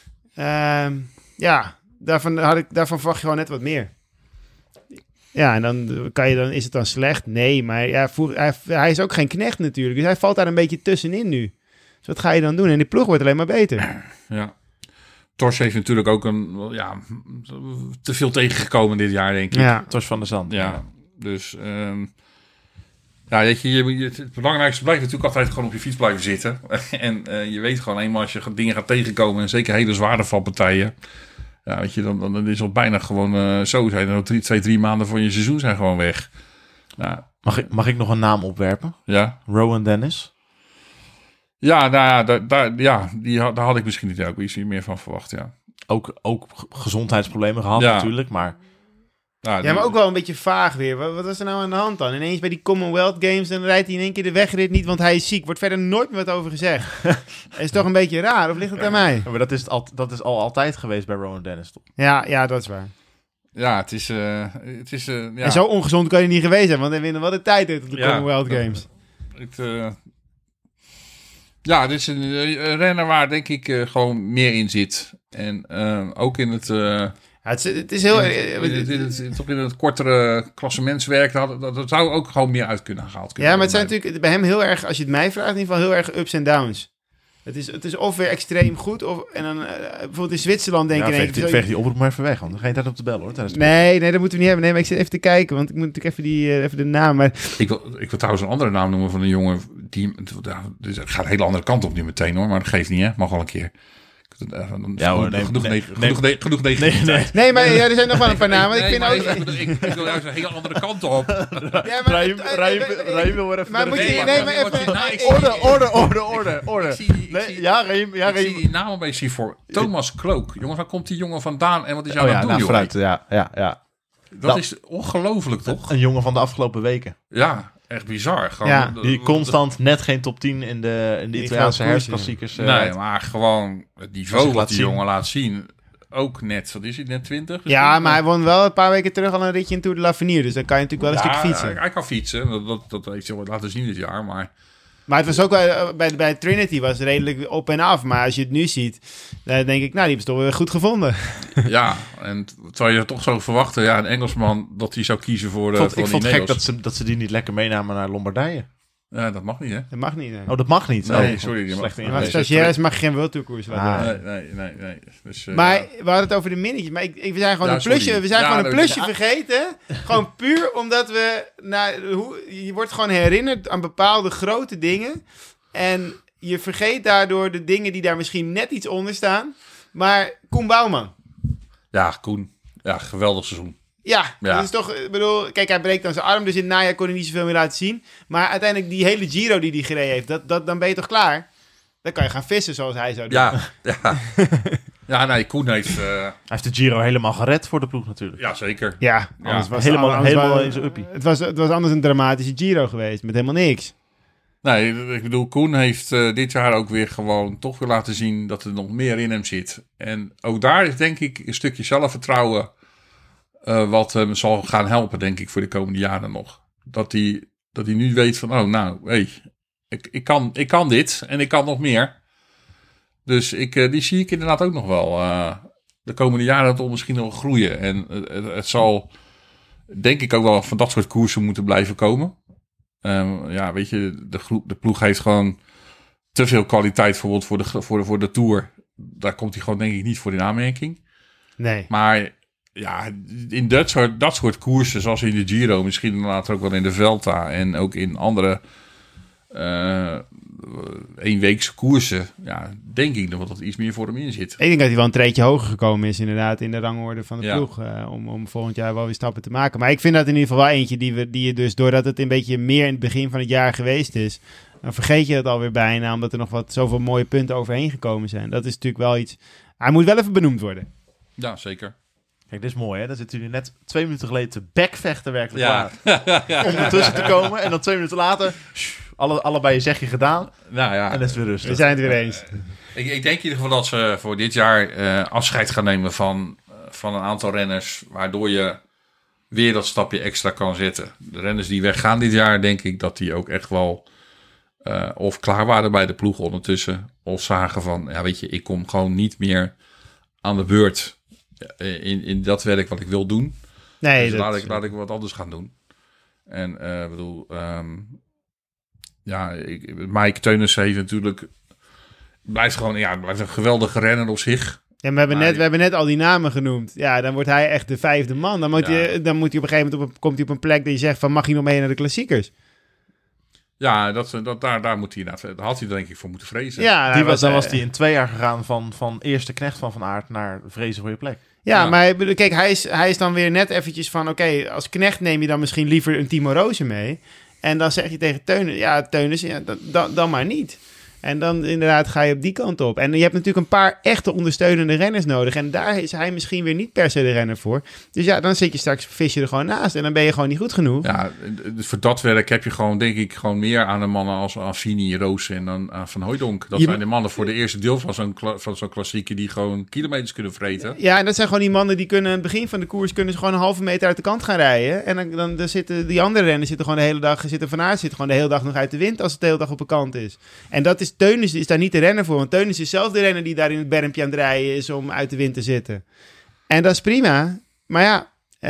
daarvan verwacht je gewoon net wat meer. Ja, en dan is het dan slecht? Nee, maar ja, hij is ook geen knecht natuurlijk. Dus hij valt daar een beetje tussenin nu. Dus wat ga je dan doen? En die ploeg wordt alleen maar beter. Ja. Tors heeft natuurlijk ook te veel tegengekomen dit jaar, denk ik. Ja. Tors van der Zand. Ja, dus... ja, weet je, het belangrijkste blijft natuurlijk altijd gewoon op je fiets blijven zitten. En je weet gewoon eenmaal als je dingen gaat tegenkomen, en zeker hele zware valpartijen. Ja, weet je, dan is het bijna gewoon zo zijn. Dan 2-3 maanden van je seizoen zijn gewoon weg. Nou, Mag ik nog een naam opwerpen? Ja. Rowan Dennis? Ja, nou ja, daar had ik misschien niet ook iets meer van verwacht, ja. Ook gezondheidsproblemen gehad natuurlijk, maar... Ja, maar ook wel een beetje vaag weer. Wat was er nou aan de hand dan? Ineens bij die Commonwealth Games, dan rijdt hij in één keer de wegrit niet, want hij is ziek. Wordt verder nooit meer wat over gezegd. Is toch een beetje raar, of ligt het aan mij? Ja, maar dat is al altijd geweest bij Rowan Dennis, toch? Ja, dat is waar. Ja, het is ja. En zo ongezond kan je niet geweest zijn, want hij wint wel de tijd uit op de Commonwealth Games. Ja, dit is een renner waar denk ik gewoon meer in zit. En ook in het... het is heel... Toch in het kortere klassementswerk, dat zou ook gewoon meer uit kunnen gehaald kunnen. Ja, maar het zijn natuurlijk bij hem heel erg, als je het mij vraagt, in ieder geval heel erg ups en downs. Het is of weer extreem goed, en dan bijvoorbeeld in Zwitserland denk ik... Veeg die oproep maar even weg, want dan ga je daar op de bel, hoor. Nee, dat moeten we niet hebben. Nee, maar ik zit even te kijken, want ik moet natuurlijk even de naam... Maar... Ik wil trouwens een andere naam noemen van een jongen, dus het gaat een hele andere kant op nu meteen, hoor, maar dat geeft niet, hè. Mag wel een keer. Genoeg negativiteit. Nee, maar er zijn nog wel een paar namen. Ik wil juist een hele andere kant op. Ja, maar Raim wil weer even... Maar moet je... Nee, maar Orde. Ik zie die naam opeens zien voor Thomas Klook. Jongens, waar komt die jongen vandaan en wat is jou aan het doen, joh? Ja. Dat is ongelooflijk, toch? Een jongen van de afgelopen weken. Ja, echt bizar. Gewoon, die constant net geen top 10 in de Italiaanse herfstklassiekers. Nee, maar gewoon het niveau wat die jongen laat zien. Ook net, wat is hij, net 20? Ja, maar hij won wel een paar weken terug al een ritje in Tour de l'Avenir. Dus dan kan je natuurlijk wel een stuk fietsen. Hij kan fietsen. Dat heeft hij laten zien dit jaar. Maar Maar het was ook bij Trinity was het redelijk op en af. Maar als je het nu ziet, dan denk ik, nou, die hebben ze toch weer goed gevonden. Ja, en terwijl je toch zou verwachten, ja, een Engelsman, dat hij zou kiezen voor Ik vond het gek Ineos. dat ze die niet lekker meenamen naar Lombardije. Ja, dat mag niet, hè? Dat mag niet. Nee. Oh, dat mag niet. Nee, Oh, sorry. slecht Maar ingelezen. stagiaires mag je geen World Tour koers laten doen. Nee. Dus, Maar ja. we hadden het over de minnetjes. Maar we zijn gewoon Ja, een plusje, sorry. we zijn Ja, gewoon een dat- plusje vergeten. Gewoon puur omdat we... je wordt gewoon herinnerd aan bepaalde grote dingen. En je vergeet daardoor de dingen die daar misschien net iets onder staan. Maar Koen Bouwman. Ja, Koen. Ja, geweldig seizoen. Ja, Ja. dat is toch... Ik bedoel, kijk, hij breekt dan zijn arm. Dus in het najaar kon hij niet zoveel meer laten zien. Maar uiteindelijk die hele Giro die hij gereden heeft. Dan ben je toch klaar? Dan kan je gaan vissen zoals hij zou doen. Ja. Ja, nee, Koen heeft... Hij heeft de Giro helemaal gered voor de ploeg natuurlijk. ja, zeker. Ja, anders was Helemaal in zijn uppie. Het was anders een dramatische Giro geweest. Met helemaal niks. Nee, ik bedoel, Koen heeft dit jaar ook weer gewoon toch weer laten zien dat er nog meer in hem zit. En ook daar is denk ik een stukje zelfvertrouwen wat hem zal gaan helpen, denk ik, voor de komende jaren nog. Dat hij nu weet van, oh nou, hey, ik kan dit en ik kan nog meer. Dus die zie ik inderdaad ook nog wel de komende jaren toch misschien nog groeien. En het zal, denk ik, ook wel van dat soort koersen moeten blijven komen. Ja, weet je, de ploeg heeft gewoon te veel kwaliteit bijvoorbeeld voor de Tour. Daar komt hij gewoon denk ik niet voor in aanmerking. Nee. Maar ja, in dat soort koersen, zoals in de Giro, misschien later ook wel in de Vuelta en ook in andere eenweekse koersen, ja, denk ik nog dat er iets meer voor hem in zit. Ik denk dat hij wel een treedje hoger gekomen is inderdaad in de rangorde van de Ja. ploeg. Om volgend jaar wel weer stappen te maken. Maar ik vind dat in ieder geval wel eentje die je dus, doordat het een beetje meer in het begin van het jaar geweest is, dan vergeet je het alweer bijna, omdat er nog zoveel mooie punten overheen gekomen zijn. Dat is natuurlijk wel iets... Hij moet wel even benoemd worden. Ja, zeker. Kijk, dit is mooi, hè? Dan zitten jullie net 2 minuten geleden te backvechten werkelijk Ja. waar. Om ertussen te komen. En dan 2 minuten later, allebei je zegje gedaan. Nou ja, En dan is het weer rustig. We zijn het weer eens. ik denk in ieder geval dat ze voor dit jaar afscheid gaan nemen van een aantal renners, waardoor je weer dat stapje extra kan zetten. De renners die weggaan dit jaar, denk ik dat die ook echt wel of klaar waren bij de ploeg ondertussen, of zagen van, ja weet je, ik kom gewoon niet meer aan de beurt in dat werk wat ik wil doen. Nee, Dus dat, laat ik wat anders gaan doen. En bedoel, Mike Teunissen heeft natuurlijk, blijft een geweldige renner op zich. ja, maar we Maar- hebben net al die namen genoemd. Ja, dan wordt hij echt de 5e man. Dan moet hij op een gegeven moment komt hij op een plek dat je zegt van, mag hij nog mee naar de klassiekers? Ja, daar moet hij inderdaad, daar had hij denk ik voor moeten vrezen. Ja, Dan was hij in 2 jaar gegaan van eerste knecht van Aert naar vrezen voor je plek. Ja, Ja. maar ik bedoel, kijk, hij is dan weer net eventjes van... Oké, als knecht neem je dan misschien liever een Timo Rozen mee. En dan zeg je tegen Teunissen, dan maar niet. En dan inderdaad ga je op die kant op. En je hebt natuurlijk een paar echte ondersteunende renners nodig. En daar is hij misschien weer niet per se de renner voor. Dus ja, dan zit je straks, vis je er gewoon naast. En dan ben je gewoon niet goed genoeg. Ja, dus voor dat werk heb je gewoon, denk ik, gewoon meer aan de mannen als Affini, Roos en dan aan Van Hooijdonk. Dat zijn de mannen voor de eerste deel van zo'n klassieker die gewoon kilometers kunnen vreten. Ja, en dat zijn gewoon die mannen die kunnen aan het begin van de koers kunnen ze gewoon een halve meter uit de kant gaan rijden. En dan zitten die andere renners gewoon de hele dag, Van Aert zit gewoon de hele dag nog uit de wind als het de hele dag op een kant is. En dat is Teunissen is daar niet de renner voor. Want Teunissen is zelf de renner die daar in het bermpje aan het rijden is om uit de wind te zitten. En dat is prima. Maar ja,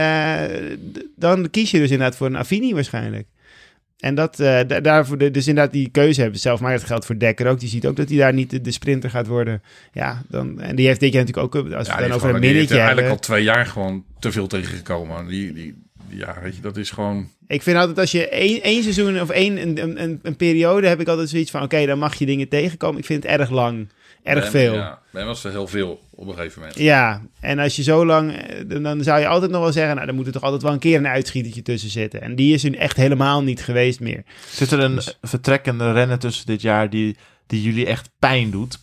dan kies je dus inderdaad voor een Affini waarschijnlijk. En daarvoor dus inderdaad die keuze hebben zelf. Maar het geldt voor Dekker ook. Die ziet ook dat hij daar niet de sprinter gaat worden. Ja, en die heeft dit jaar natuurlijk ook, als we het dan over een die heeft minnetje er eigenlijk hebben. al 2 jaar gewoon te veel tegengekomen. Ja, weet je, dat is gewoon... Ik vind altijd als je één seizoen of een periode heb ik altijd zoiets van oké, dan mag je dingen tegenkomen. Ik vind het erg lang, erg veel. Ja, bij was er heel veel op een gegeven moment. Ja, en als je zo lang, dan zou je altijd nog wel zeggen, nou, dan moet er toch altijd wel een keer een uitschietertje tussen zitten. En die is nu echt helemaal niet geweest meer. Zit er een vertrekkende renner tussen dit jaar die jullie echt pijn doet?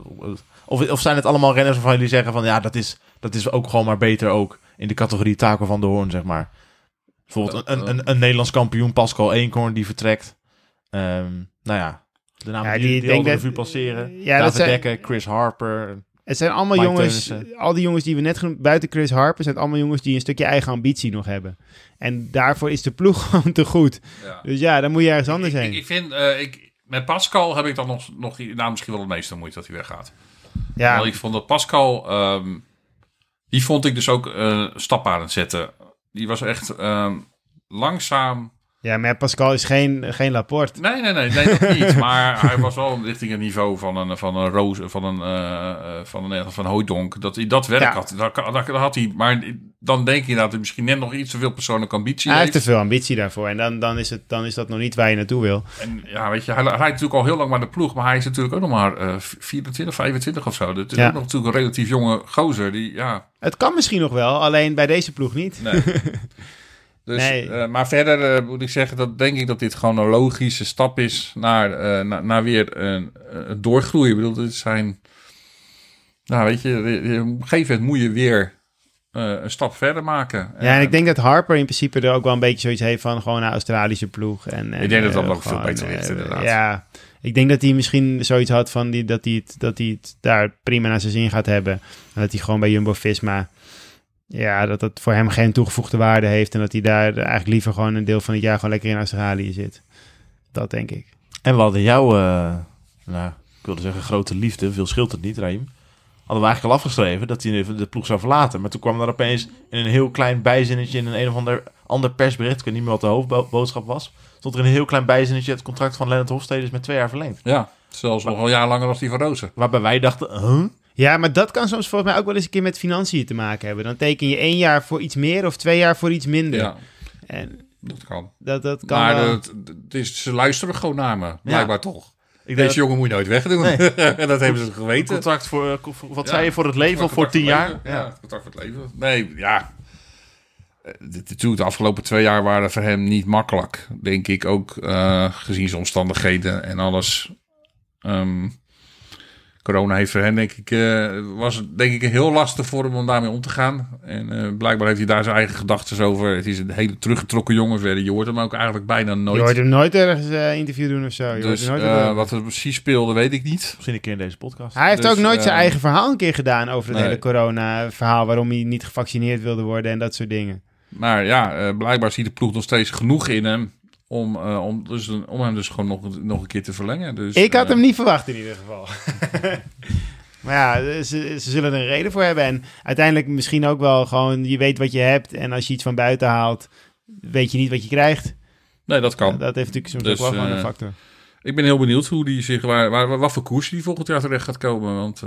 Of zijn het allemaal renners waarvan jullie zeggen van ja, dat is ook gewoon maar beter ook in de categorie Taco van der Hoorn, zeg maar. Bijvoorbeeld een Nederlands kampioen, Pascal Eenkorn, die vertrekt. Nou ja, de namen Ja, die denk al de dat- revue passeren. Ja, dat David zijn- Dekker, Chris Harper. Het zijn allemaal Mike jongens, Teunissen. al die jongens die we net genoemd, buiten Chris Harper, zijn het allemaal jongens die een stukje eigen ambitie nog hebben. En daarvoor is de ploeg gewoon te goed. Ja. Dus ja, dan moet je ergens anders heen. Ik vind, met Pascal heb ik dan nog misschien wel het meeste moeite dat hij weggaat. Ja. Want ik vond dat Pascal, die vond ik dus ook stap aan het zetten. Die was echt langzaam. Ja, maar Pascal is geen Laporte. Nee, dat niet. Maar hij was wel richting het niveau van Hooijdonk. Dat hij dat werk had. Dat had hij. Maar dan denk je dat hij misschien net nog iets te veel persoonlijke ambitie heeft. Hij heeft te veel ambitie daarvoor. En dan is dat nog niet waar je naartoe wil. En ja, weet je, hij rijdt natuurlijk al heel lang maar de ploeg. Maar hij is natuurlijk ook nog maar 24, 25 of zo. Dat is ook nog natuurlijk een relatief jonge gozer. Het kan misschien nog wel, alleen bij deze ploeg niet. Nee. Dus, maar verder moet ik zeggen, denk ik dat dit gewoon een logische stap is naar weer doorgroeien. Ik bedoel, dit zijn... Nou, weet je, op een gegeven moment moet je weer een stap verder maken. Ja, en ik denk dat Harper in principe er ook wel een beetje zoiets heeft van gewoon een Australische ploeg. Ik denk dat dat ook veel beter ligt, inderdaad. Ja, ik denk dat hij misschien zoiets had van dat hij het daar prima naar zijn zin gaat hebben. En dat hij gewoon bij Jumbo-Visma... Ja, dat het voor hem geen toegevoegde waarde heeft... en dat hij daar eigenlijk liever gewoon een deel van het jaar... gewoon lekker in Australië zit. Dat denk ik. En we hadden jouw, ik wilde zeggen grote liefde... veel scheelt het niet, Raim. Hadden we eigenlijk al afgeschreven dat hij de ploeg zou verlaten. Maar toen kwam er opeens in een heel klein bijzinnetje... in een of ander persbericht... ik weet niet meer wat de hoofdboodschap was... stond er in een heel klein bijzinnetje... het contract van Lennart Hofstede is met 2 jaar verlengd. Ja, zelfs nog een jaar langer als die van Rozen. Waarbij wij dachten... Huh? Ja, maar dat kan soms volgens mij ook wel eens een keer met financiën te maken hebben. Dan teken je 1 jaar voor iets meer of 2 jaar voor iets minder. Ja, en dat kan. Dat kan maar wel. Ze luisteren gewoon naar me, blijkbaar toch. Deze jongen moet je nooit wegdoen. Nee. En dat hebben ze geweten. Een contract voor, wat zei je, voor het leven of voor 10 jaar? Ja, contract voor het leven. Nee, ja. De afgelopen 2 jaar waren voor hem niet makkelijk. Denk ik ook, gezien zijn omstandigheden en alles. Corona heeft voor hem, was heel lastig voor hem om daarmee om te gaan. En blijkbaar heeft hij daar zijn eigen gedachten over. Het is een hele teruggetrokken jongen verder. Je hoort hem ook eigenlijk bijna nooit. Je hoort hem nooit ergens interview doen of zo. Dus wat er precies speelde, weet ik niet. Misschien een keer in deze podcast. Hij heeft ook nooit zijn eigen verhaal een keer gedaan over het hele corona-verhaal. Waarom hij niet gevaccineerd wilde worden en dat soort dingen. Maar ja, blijkbaar ziet de ploeg nog steeds genoeg in hem. Om hem dus gewoon nog een keer te verlengen. Dus, ik had hem niet verwacht in ieder geval. Maar ja, ze zullen er een reden voor hebben. En uiteindelijk misschien ook wel gewoon... je weet wat je hebt. En als je iets van buiten haalt... weet je niet wat je krijgt. Nee, dat kan. Dat heeft natuurlijk soms ook wel gewoon een factor. Ik ben heel benieuwd hoe die zich... wat voor koers die volgend jaar terecht gaat komen. Want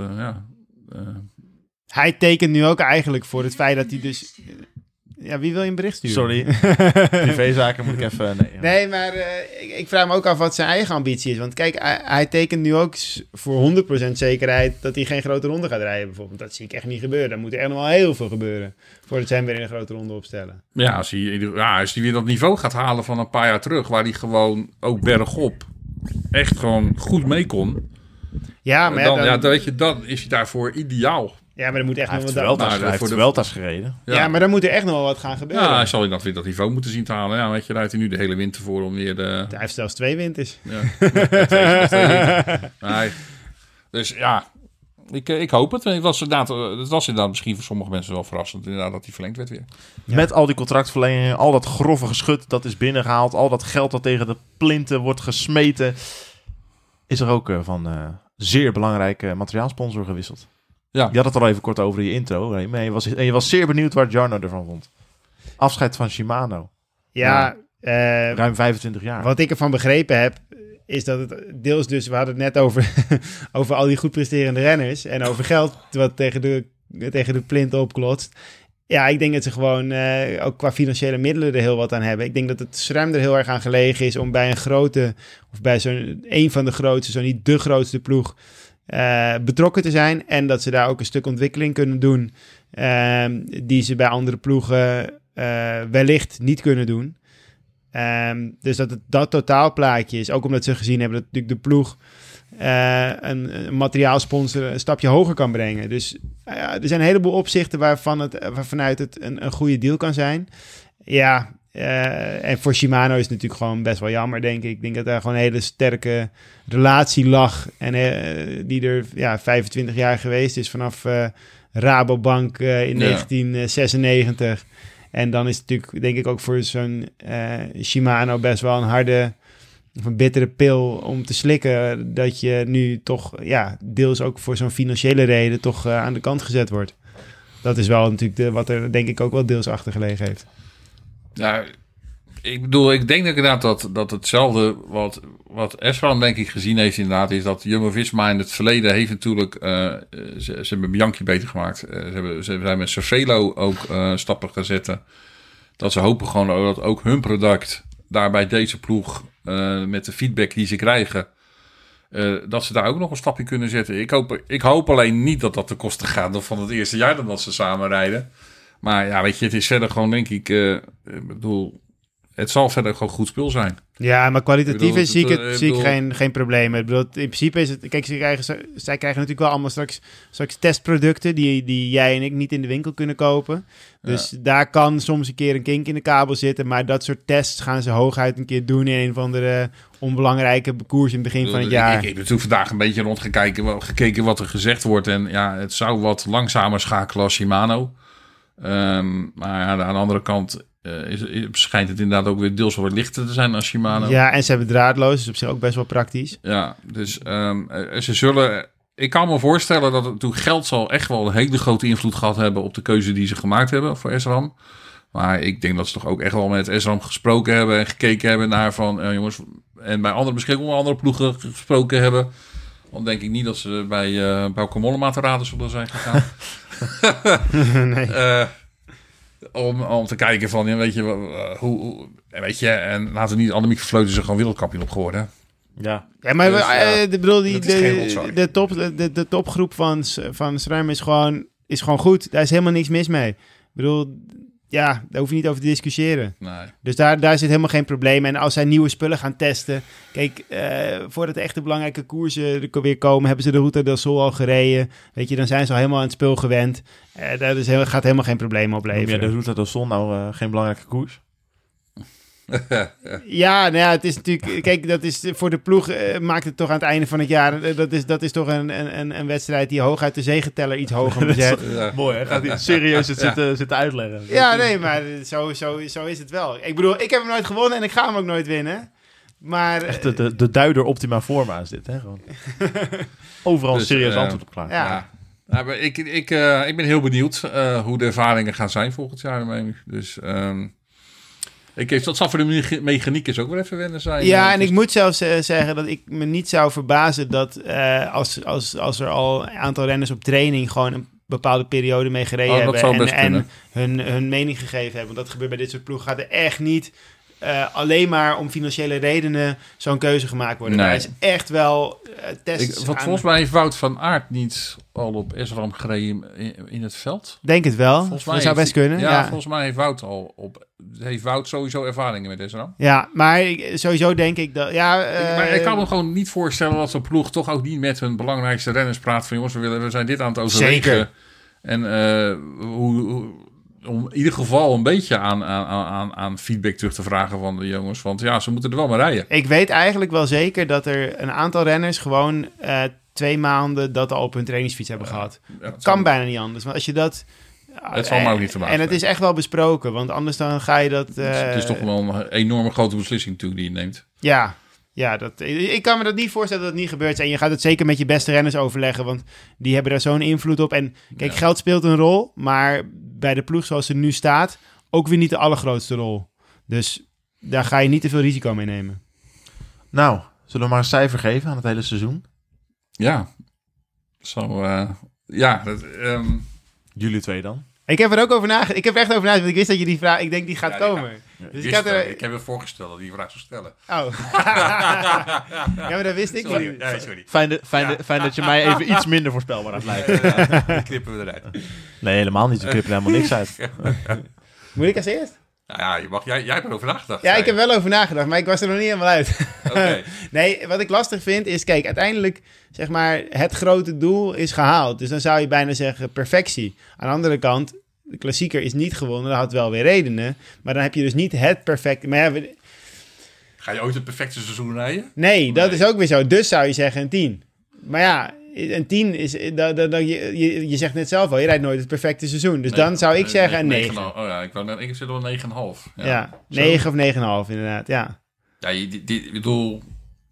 hij tekent nu ook eigenlijk voor het feit dat hij dus... Ja, wie wil je een bericht sturen? Sorry, privézaken moet ik even... Nee, maar ik vraag me ook af wat zijn eigen ambitie is. Want kijk, hij tekent nu ook voor 100% zekerheid... dat hij geen grote ronde gaat rijden bijvoorbeeld. Dat zie ik echt niet gebeuren. Dan moet er echt nog wel heel veel gebeuren... voordat ze hem weer in een grote ronde opstellen. Ja, als hij weer dat niveau gaat halen van een paar jaar terug... waar hij gewoon ook bergop echt gewoon goed mee kon... Ja, maar dan is hij daarvoor ideaal. Ja, maar er moet echt hij nog wat... Hij heeft Vuelta's gereden. Ja, maar dan moet er echt nog wel wat gaan gebeuren. Ja, hij zal inderdaad weer dat niveau moeten zien te halen. Ja, weet je, daar heeft hij nu de hele winter voor om weer de... Hij heeft zelfs 2 winters. Ja, twee winter. Nee. Dus ja, ik hoop het. Het was inderdaad misschien voor sommige mensen wel verrassend inderdaad dat hij verlengd werd weer. Ja. Met al die contractverlengingen, al dat grove geschut dat is binnengehaald, al dat geld dat tegen de plinten wordt gesmeten, is er ook van zeer belangrijke materiaalsponsor gewisseld. Ja. Je had het al even kort over in je intro. Maar je was zeer benieuwd waar Jarno ervan vond. Afscheid van Shimano. Ja. Ruim 25 jaar. Wat ik ervan begrepen heb, is dat het deels dus... We hadden het net over, over al die goed presterende renners. En over geld wat tegen de plint opklotst. Ja, ik denk dat ze gewoon ook qua financiële middelen er heel wat aan hebben. Ik denk dat het SRAM er heel erg aan gelegen is om bij een grote... of bij een van de grootste, zo niet de grootste ploeg... betrokken te zijn en dat ze daar ook een stuk ontwikkeling kunnen doen die ze bij andere ploegen wellicht niet kunnen doen. Dus dat totaalplaatje is, ook omdat ze gezien hebben dat natuurlijk de ploeg een materiaalsponsor een stapje hoger kan brengen. Dus er zijn een heleboel opzichten waarvanuit het een goede deal kan zijn. Ja, en voor Shimano is het natuurlijk gewoon best wel jammer, denk ik. Ik denk dat daar gewoon een hele sterke relatie lag. En die er 25 jaar geweest is vanaf Rabobank in 1996. En dan is het natuurlijk, denk ik, ook voor zo'n Shimano best wel een of een bittere pil om te slikken, dat je nu toch deels ook voor zo'n financiële reden toch aan de kant gezet wordt. Dat is wel natuurlijk wat er denk ik ook wel deels achter gelegen heeft. Ja, ik denk inderdaad dat hetzelfde wat Esram denk ik gezien heeft inderdaad, is dat Jumbo-Visma in het verleden heeft natuurlijk, ze hebben Bianchi beter gemaakt. Ze zijn met Cervelo ook stappen gezet. Dat ze hopen gewoon dat ook hun product daarbij deze ploeg, met de feedback die ze krijgen, dat ze daar ook nog een stapje kunnen zetten. Ik hoop alleen niet dat ten koste gaat van het eerste jaar dat ze samen rijden. Maar ja, weet je, het is verder gewoon denk ik, het zal verder gewoon goed spul zijn. Ja, maar kwalitatief zie ik geen probleem. Ik bedoel, in principe is het... Kijk, zij krijgen natuurlijk wel allemaal straks testproducten die jij en ik niet in de winkel kunnen kopen. Dus daar kan soms een keer een kink in de kabel zitten. Maar dat soort tests gaan ze hooguit een keer doen in een of andere onbelangrijke koers in het begin van het jaar. Ik heb natuurlijk vandaag een beetje gekeken wat er gezegd wordt. En ja, het zou wat langzamer schakelen als Shimano. Maar ja, aan de andere kant schijnt het inderdaad ook weer deels wat lichter te zijn als Shimano. Ja, en ze hebben draadloos, dus op zich ook best wel praktisch. Ja, dus ze zullen... Ik kan me voorstellen dat het geld zal echt wel een hele grote invloed gehad hebben op de keuze die ze gemaakt hebben voor SRAM. Maar ik denk dat ze toch ook echt wel met SRAM gesproken hebben en gekeken hebben naar van jongens, en bij misschien ook andere ploegen gesproken hebben. Dan denk ik niet dat ze bij Bauke Mollema te raden zullen zijn gegaan. Nee. Om te kijken van, weet je, en laten we niet Annemiek Vleuten zich gewoon wereldkampioen op geworden. Ja. Ja, maar de topgroep van SRAM is gewoon goed. Daar is helemaal niks mis mee. Ik bedoel, ja, daar hoef je niet over te discussiëren. Nee. Dus daar zit helemaal geen probleem. En als zij nieuwe spullen gaan testen... Kijk, voordat de echte belangrijke koersen er weer komen... hebben ze de Ruta del Sol al gereden. Weet je, dan zijn ze al helemaal aan het spul gewend. Daar gaat helemaal geen probleem opleveren. Noem jij de Ruta del Sol nou geen belangrijke koers? Ja, nou ja, het is natuurlijk... Kijk, dat is voor de ploeg maakt het toch aan het einde van het jaar... Dat is toch een wedstrijd die hooguit de zegenteller iets hoger bezet. Mooi, hè? Gaat hij serieus zitten uitleggen. Ja, nee, maar zo is het wel. Ik bedoel, ik heb hem nooit gewonnen en ik ga hem ook nooit winnen. Maar... Echt de duider optima forma is dit, hè? Gewoon. Overal een serieus antwoord op klaar. Ja. Ja, maar ik ben heel benieuwd hoe de ervaringen gaan zijn volgend jaar. Dus... dat zal voor de mechaniekers ook wel even wennen zijn. Ja, en ik moet zelfs zeggen dat ik me niet zou verbazen dat als er al een aantal renners op training gewoon een bepaalde periode mee gereden hebben en hun mening gegeven hebben. Want dat gebeurt bij dit soort ploegen. Gaat er echt niet alleen maar om financiële redenen zo'n keuze gemaakt worden. Nee. Daar is echt wel tests volgens mij heeft Wout van Aert niet al op SRAM gereden in het veld. Denk het wel. Dat zou best kunnen. Ja, volgens mij heeft Wout sowieso ervaringen met SRAM. Ja, maar sowieso denk ik dat... maar ik kan me gewoon niet voorstellen dat zo'n ploeg toch ook niet met hun belangrijkste renners praat van jongens, we zijn dit aan het overwegen. Zeker. En om in ieder geval een beetje aan feedback terug te vragen van de jongens. Want ja, ze moeten er wel maar rijden. Ik weet eigenlijk wel zeker dat er een aantal renners gewoon 2 maanden dat al op hun trainingsfiets hebben gehad. Dat kan bijna niet anders. Want als je dat... Het zal me ook niet verbazen. En het is echt wel besproken, want anders dan ga je dat... Het is toch wel een enorme grote beslissing natuurlijk die je neemt. Ja, ik kan me dat niet voorstellen dat het niet gebeurt. En je gaat het zeker met je beste renners overleggen, want die hebben daar zo'n invloed op. En kijk, geld speelt een rol, maar bij de ploeg zoals ze nu staat, ook weer niet de allergrootste rol. Dus daar ga je niet te veel risico mee nemen. Nou, zullen we maar een cijfer geven aan het hele seizoen? Ja. Zo, Jullie twee dan? Ik heb er ook over nagedacht. Ik heb er echt over nagedacht, want ik wist dat je die vraag... Ik denk, die gaat komen. Dus ik heb het voorgesteld dat die vraag zou stellen. Oh. Ja, maar dat wist ik niet. Ja, sorry. Fijn dat je mij even iets minder voorspelbaar hebt lijken. Die knippen we eruit. Nee, helemaal niet. We knippen helemaal niks uit. Moet ik als eerst? Nou ja, jij hebt erover nagedacht. Ja, ik heb wel over nagedacht, maar ik was er nog niet helemaal uit. Okay. Nee, wat ik lastig vind is... Kijk, uiteindelijk, zeg maar, het grote doel is gehaald. Dus dan zou je bijna zeggen perfectie. Aan de andere kant, de klassieker is niet gewonnen. Dat had wel weer redenen. Maar dan heb je dus niet het perfecte... Maar ja, ga je ooit het perfecte seizoen rijden? Nee, dat is ook weer zo. Dus zou je zeggen een 10. Maar ja, een 10 is... Je zegt net zelf al, je rijdt nooit het perfecte seizoen. Dus dan zou ik zeggen een 9. Oh ja, ik zit op een 9,5. Ja, 9 of 9,5 inderdaad, ja. Ja, ik bedoel...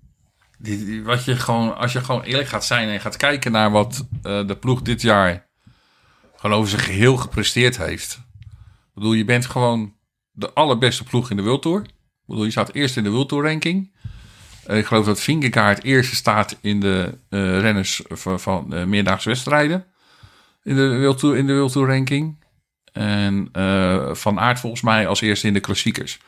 als je gewoon eerlijk gaat zijn en gaat kijken naar wat de ploeg dit jaar gewoon over zijn geheel gepresteerd heeft. Ik bedoel, je bent gewoon de allerbeste ploeg in de World Tour. Ik bedoel, je staat eerst in de World Tour ranking. Ik geloof dat Vingegaard eerste staat in de renners van meerdaagse wedstrijden. In de World Tour ranking. En Van Aert volgens mij als eerste in de klassiekers.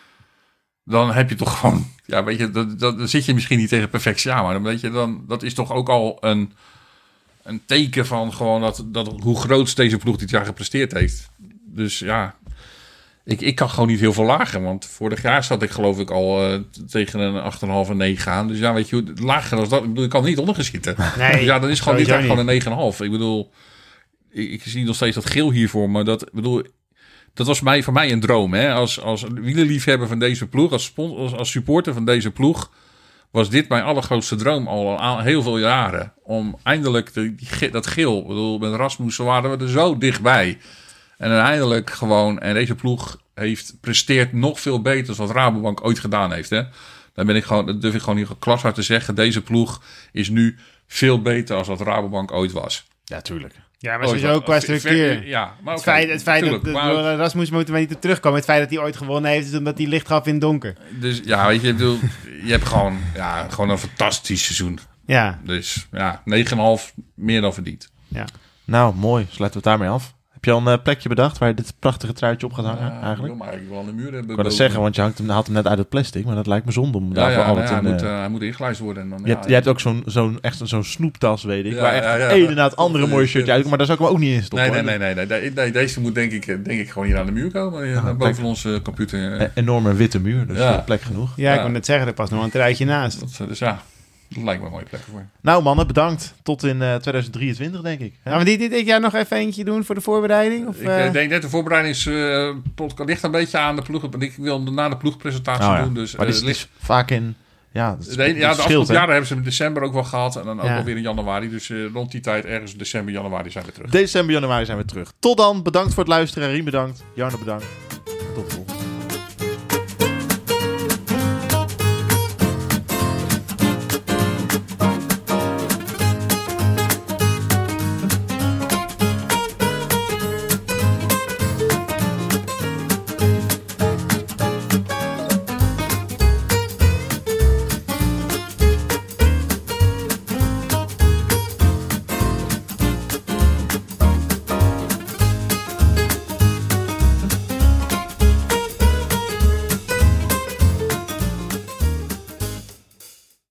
Dan heb je toch gewoon... Ja, weet je, dan zit je misschien niet tegen perfectie aan. Maar dan weet je, dat is toch ook al een teken van gewoon hoe groot deze ploeg dit jaar gepresteerd heeft. Dus ja, ik kan gewoon niet heel veel lager. Want vorig jaar zat ik geloof ik al tegen een 8,5 en 9 aan. Dus ja, weet je, lager dan dat. Ik bedoel, ik kan niet ondergeschieten. Nee, dus ja, dan is gewoon dit jaar niet. gewoon een 9,5. Ik bedoel, ik zie nog steeds dat geel hier voor me. Dat was voor mij een droom. Hè? Als wielerliefhebber van deze ploeg, als supporter van deze ploeg, was dit mijn allergrootste droom al heel veel jaren. Om eindelijk dat geel. Ik bedoel, met Rasmussen waren we er zo dichtbij. En uiteindelijk gewoon, en deze ploeg presteert nog veel beter dan wat Rabobank ooit gedaan heeft. Hè? Dat durf ik gewoon hier glashard te zeggen. Deze ploeg is nu veel beter dan wat Rabobank ooit was. Ja, tuurlijk. Ja, maar sowieso qua structuur. Ja, maar het feit dat Rasmus moeten we niet op terugkomen. Het feit dat hij ooit gewonnen heeft, is omdat hij licht gaf in het donker. Dus ja, weet je, je hebt gewoon een fantastisch seizoen. Ja. Dus ja, 9,5 meer dan verdiend. Ja. Nou, mooi. Sluiten we het daarmee af. Heb je al een plekje bedacht waar je dit prachtige truitje op gaat hangen eigenlijk? Ik wil maar eigenlijk wel aan de muur hebben. Ik kan dat zeggen, want je haalt hem net uit het plastic, maar dat lijkt me zonde om daarvoor altijd hij moet ingelijst worden. En dan, je hebt ook zo'n snoeptas, weet ik, waar echt het ene na het andere mooie shirtje uitkomt, maar daar zou ik hem ook niet in stoppen. Nee, deze moet denk ik gewoon hier aan de muur komen, boven onze computer. Een enorme witte muur, dus plek genoeg. Ja, ik kon net zeggen, er past nog een truitje naast. Dus ja, dat lijkt me een mooie plek voor. Nou mannen, bedankt. Tot in 2023, denk ik. Gaan we dit jaar nog even eentje doen voor de voorbereiding? Of, ik denk net de voorbereidingspodcast ligt een beetje aan de ploeg. Ik wil na de ploegpresentatie doen. Dus, maar dit is vaak in... Ja, de afgelopen jaren hebben ze hem in december ook wel gehad. En dan ook wel weer in januari. Dus rond die tijd, ergens december, januari zijn we terug. December, januari zijn we terug. Tot dan. Bedankt voor het luisteren. Rien bedankt. Jarno bedankt. Tot volgende.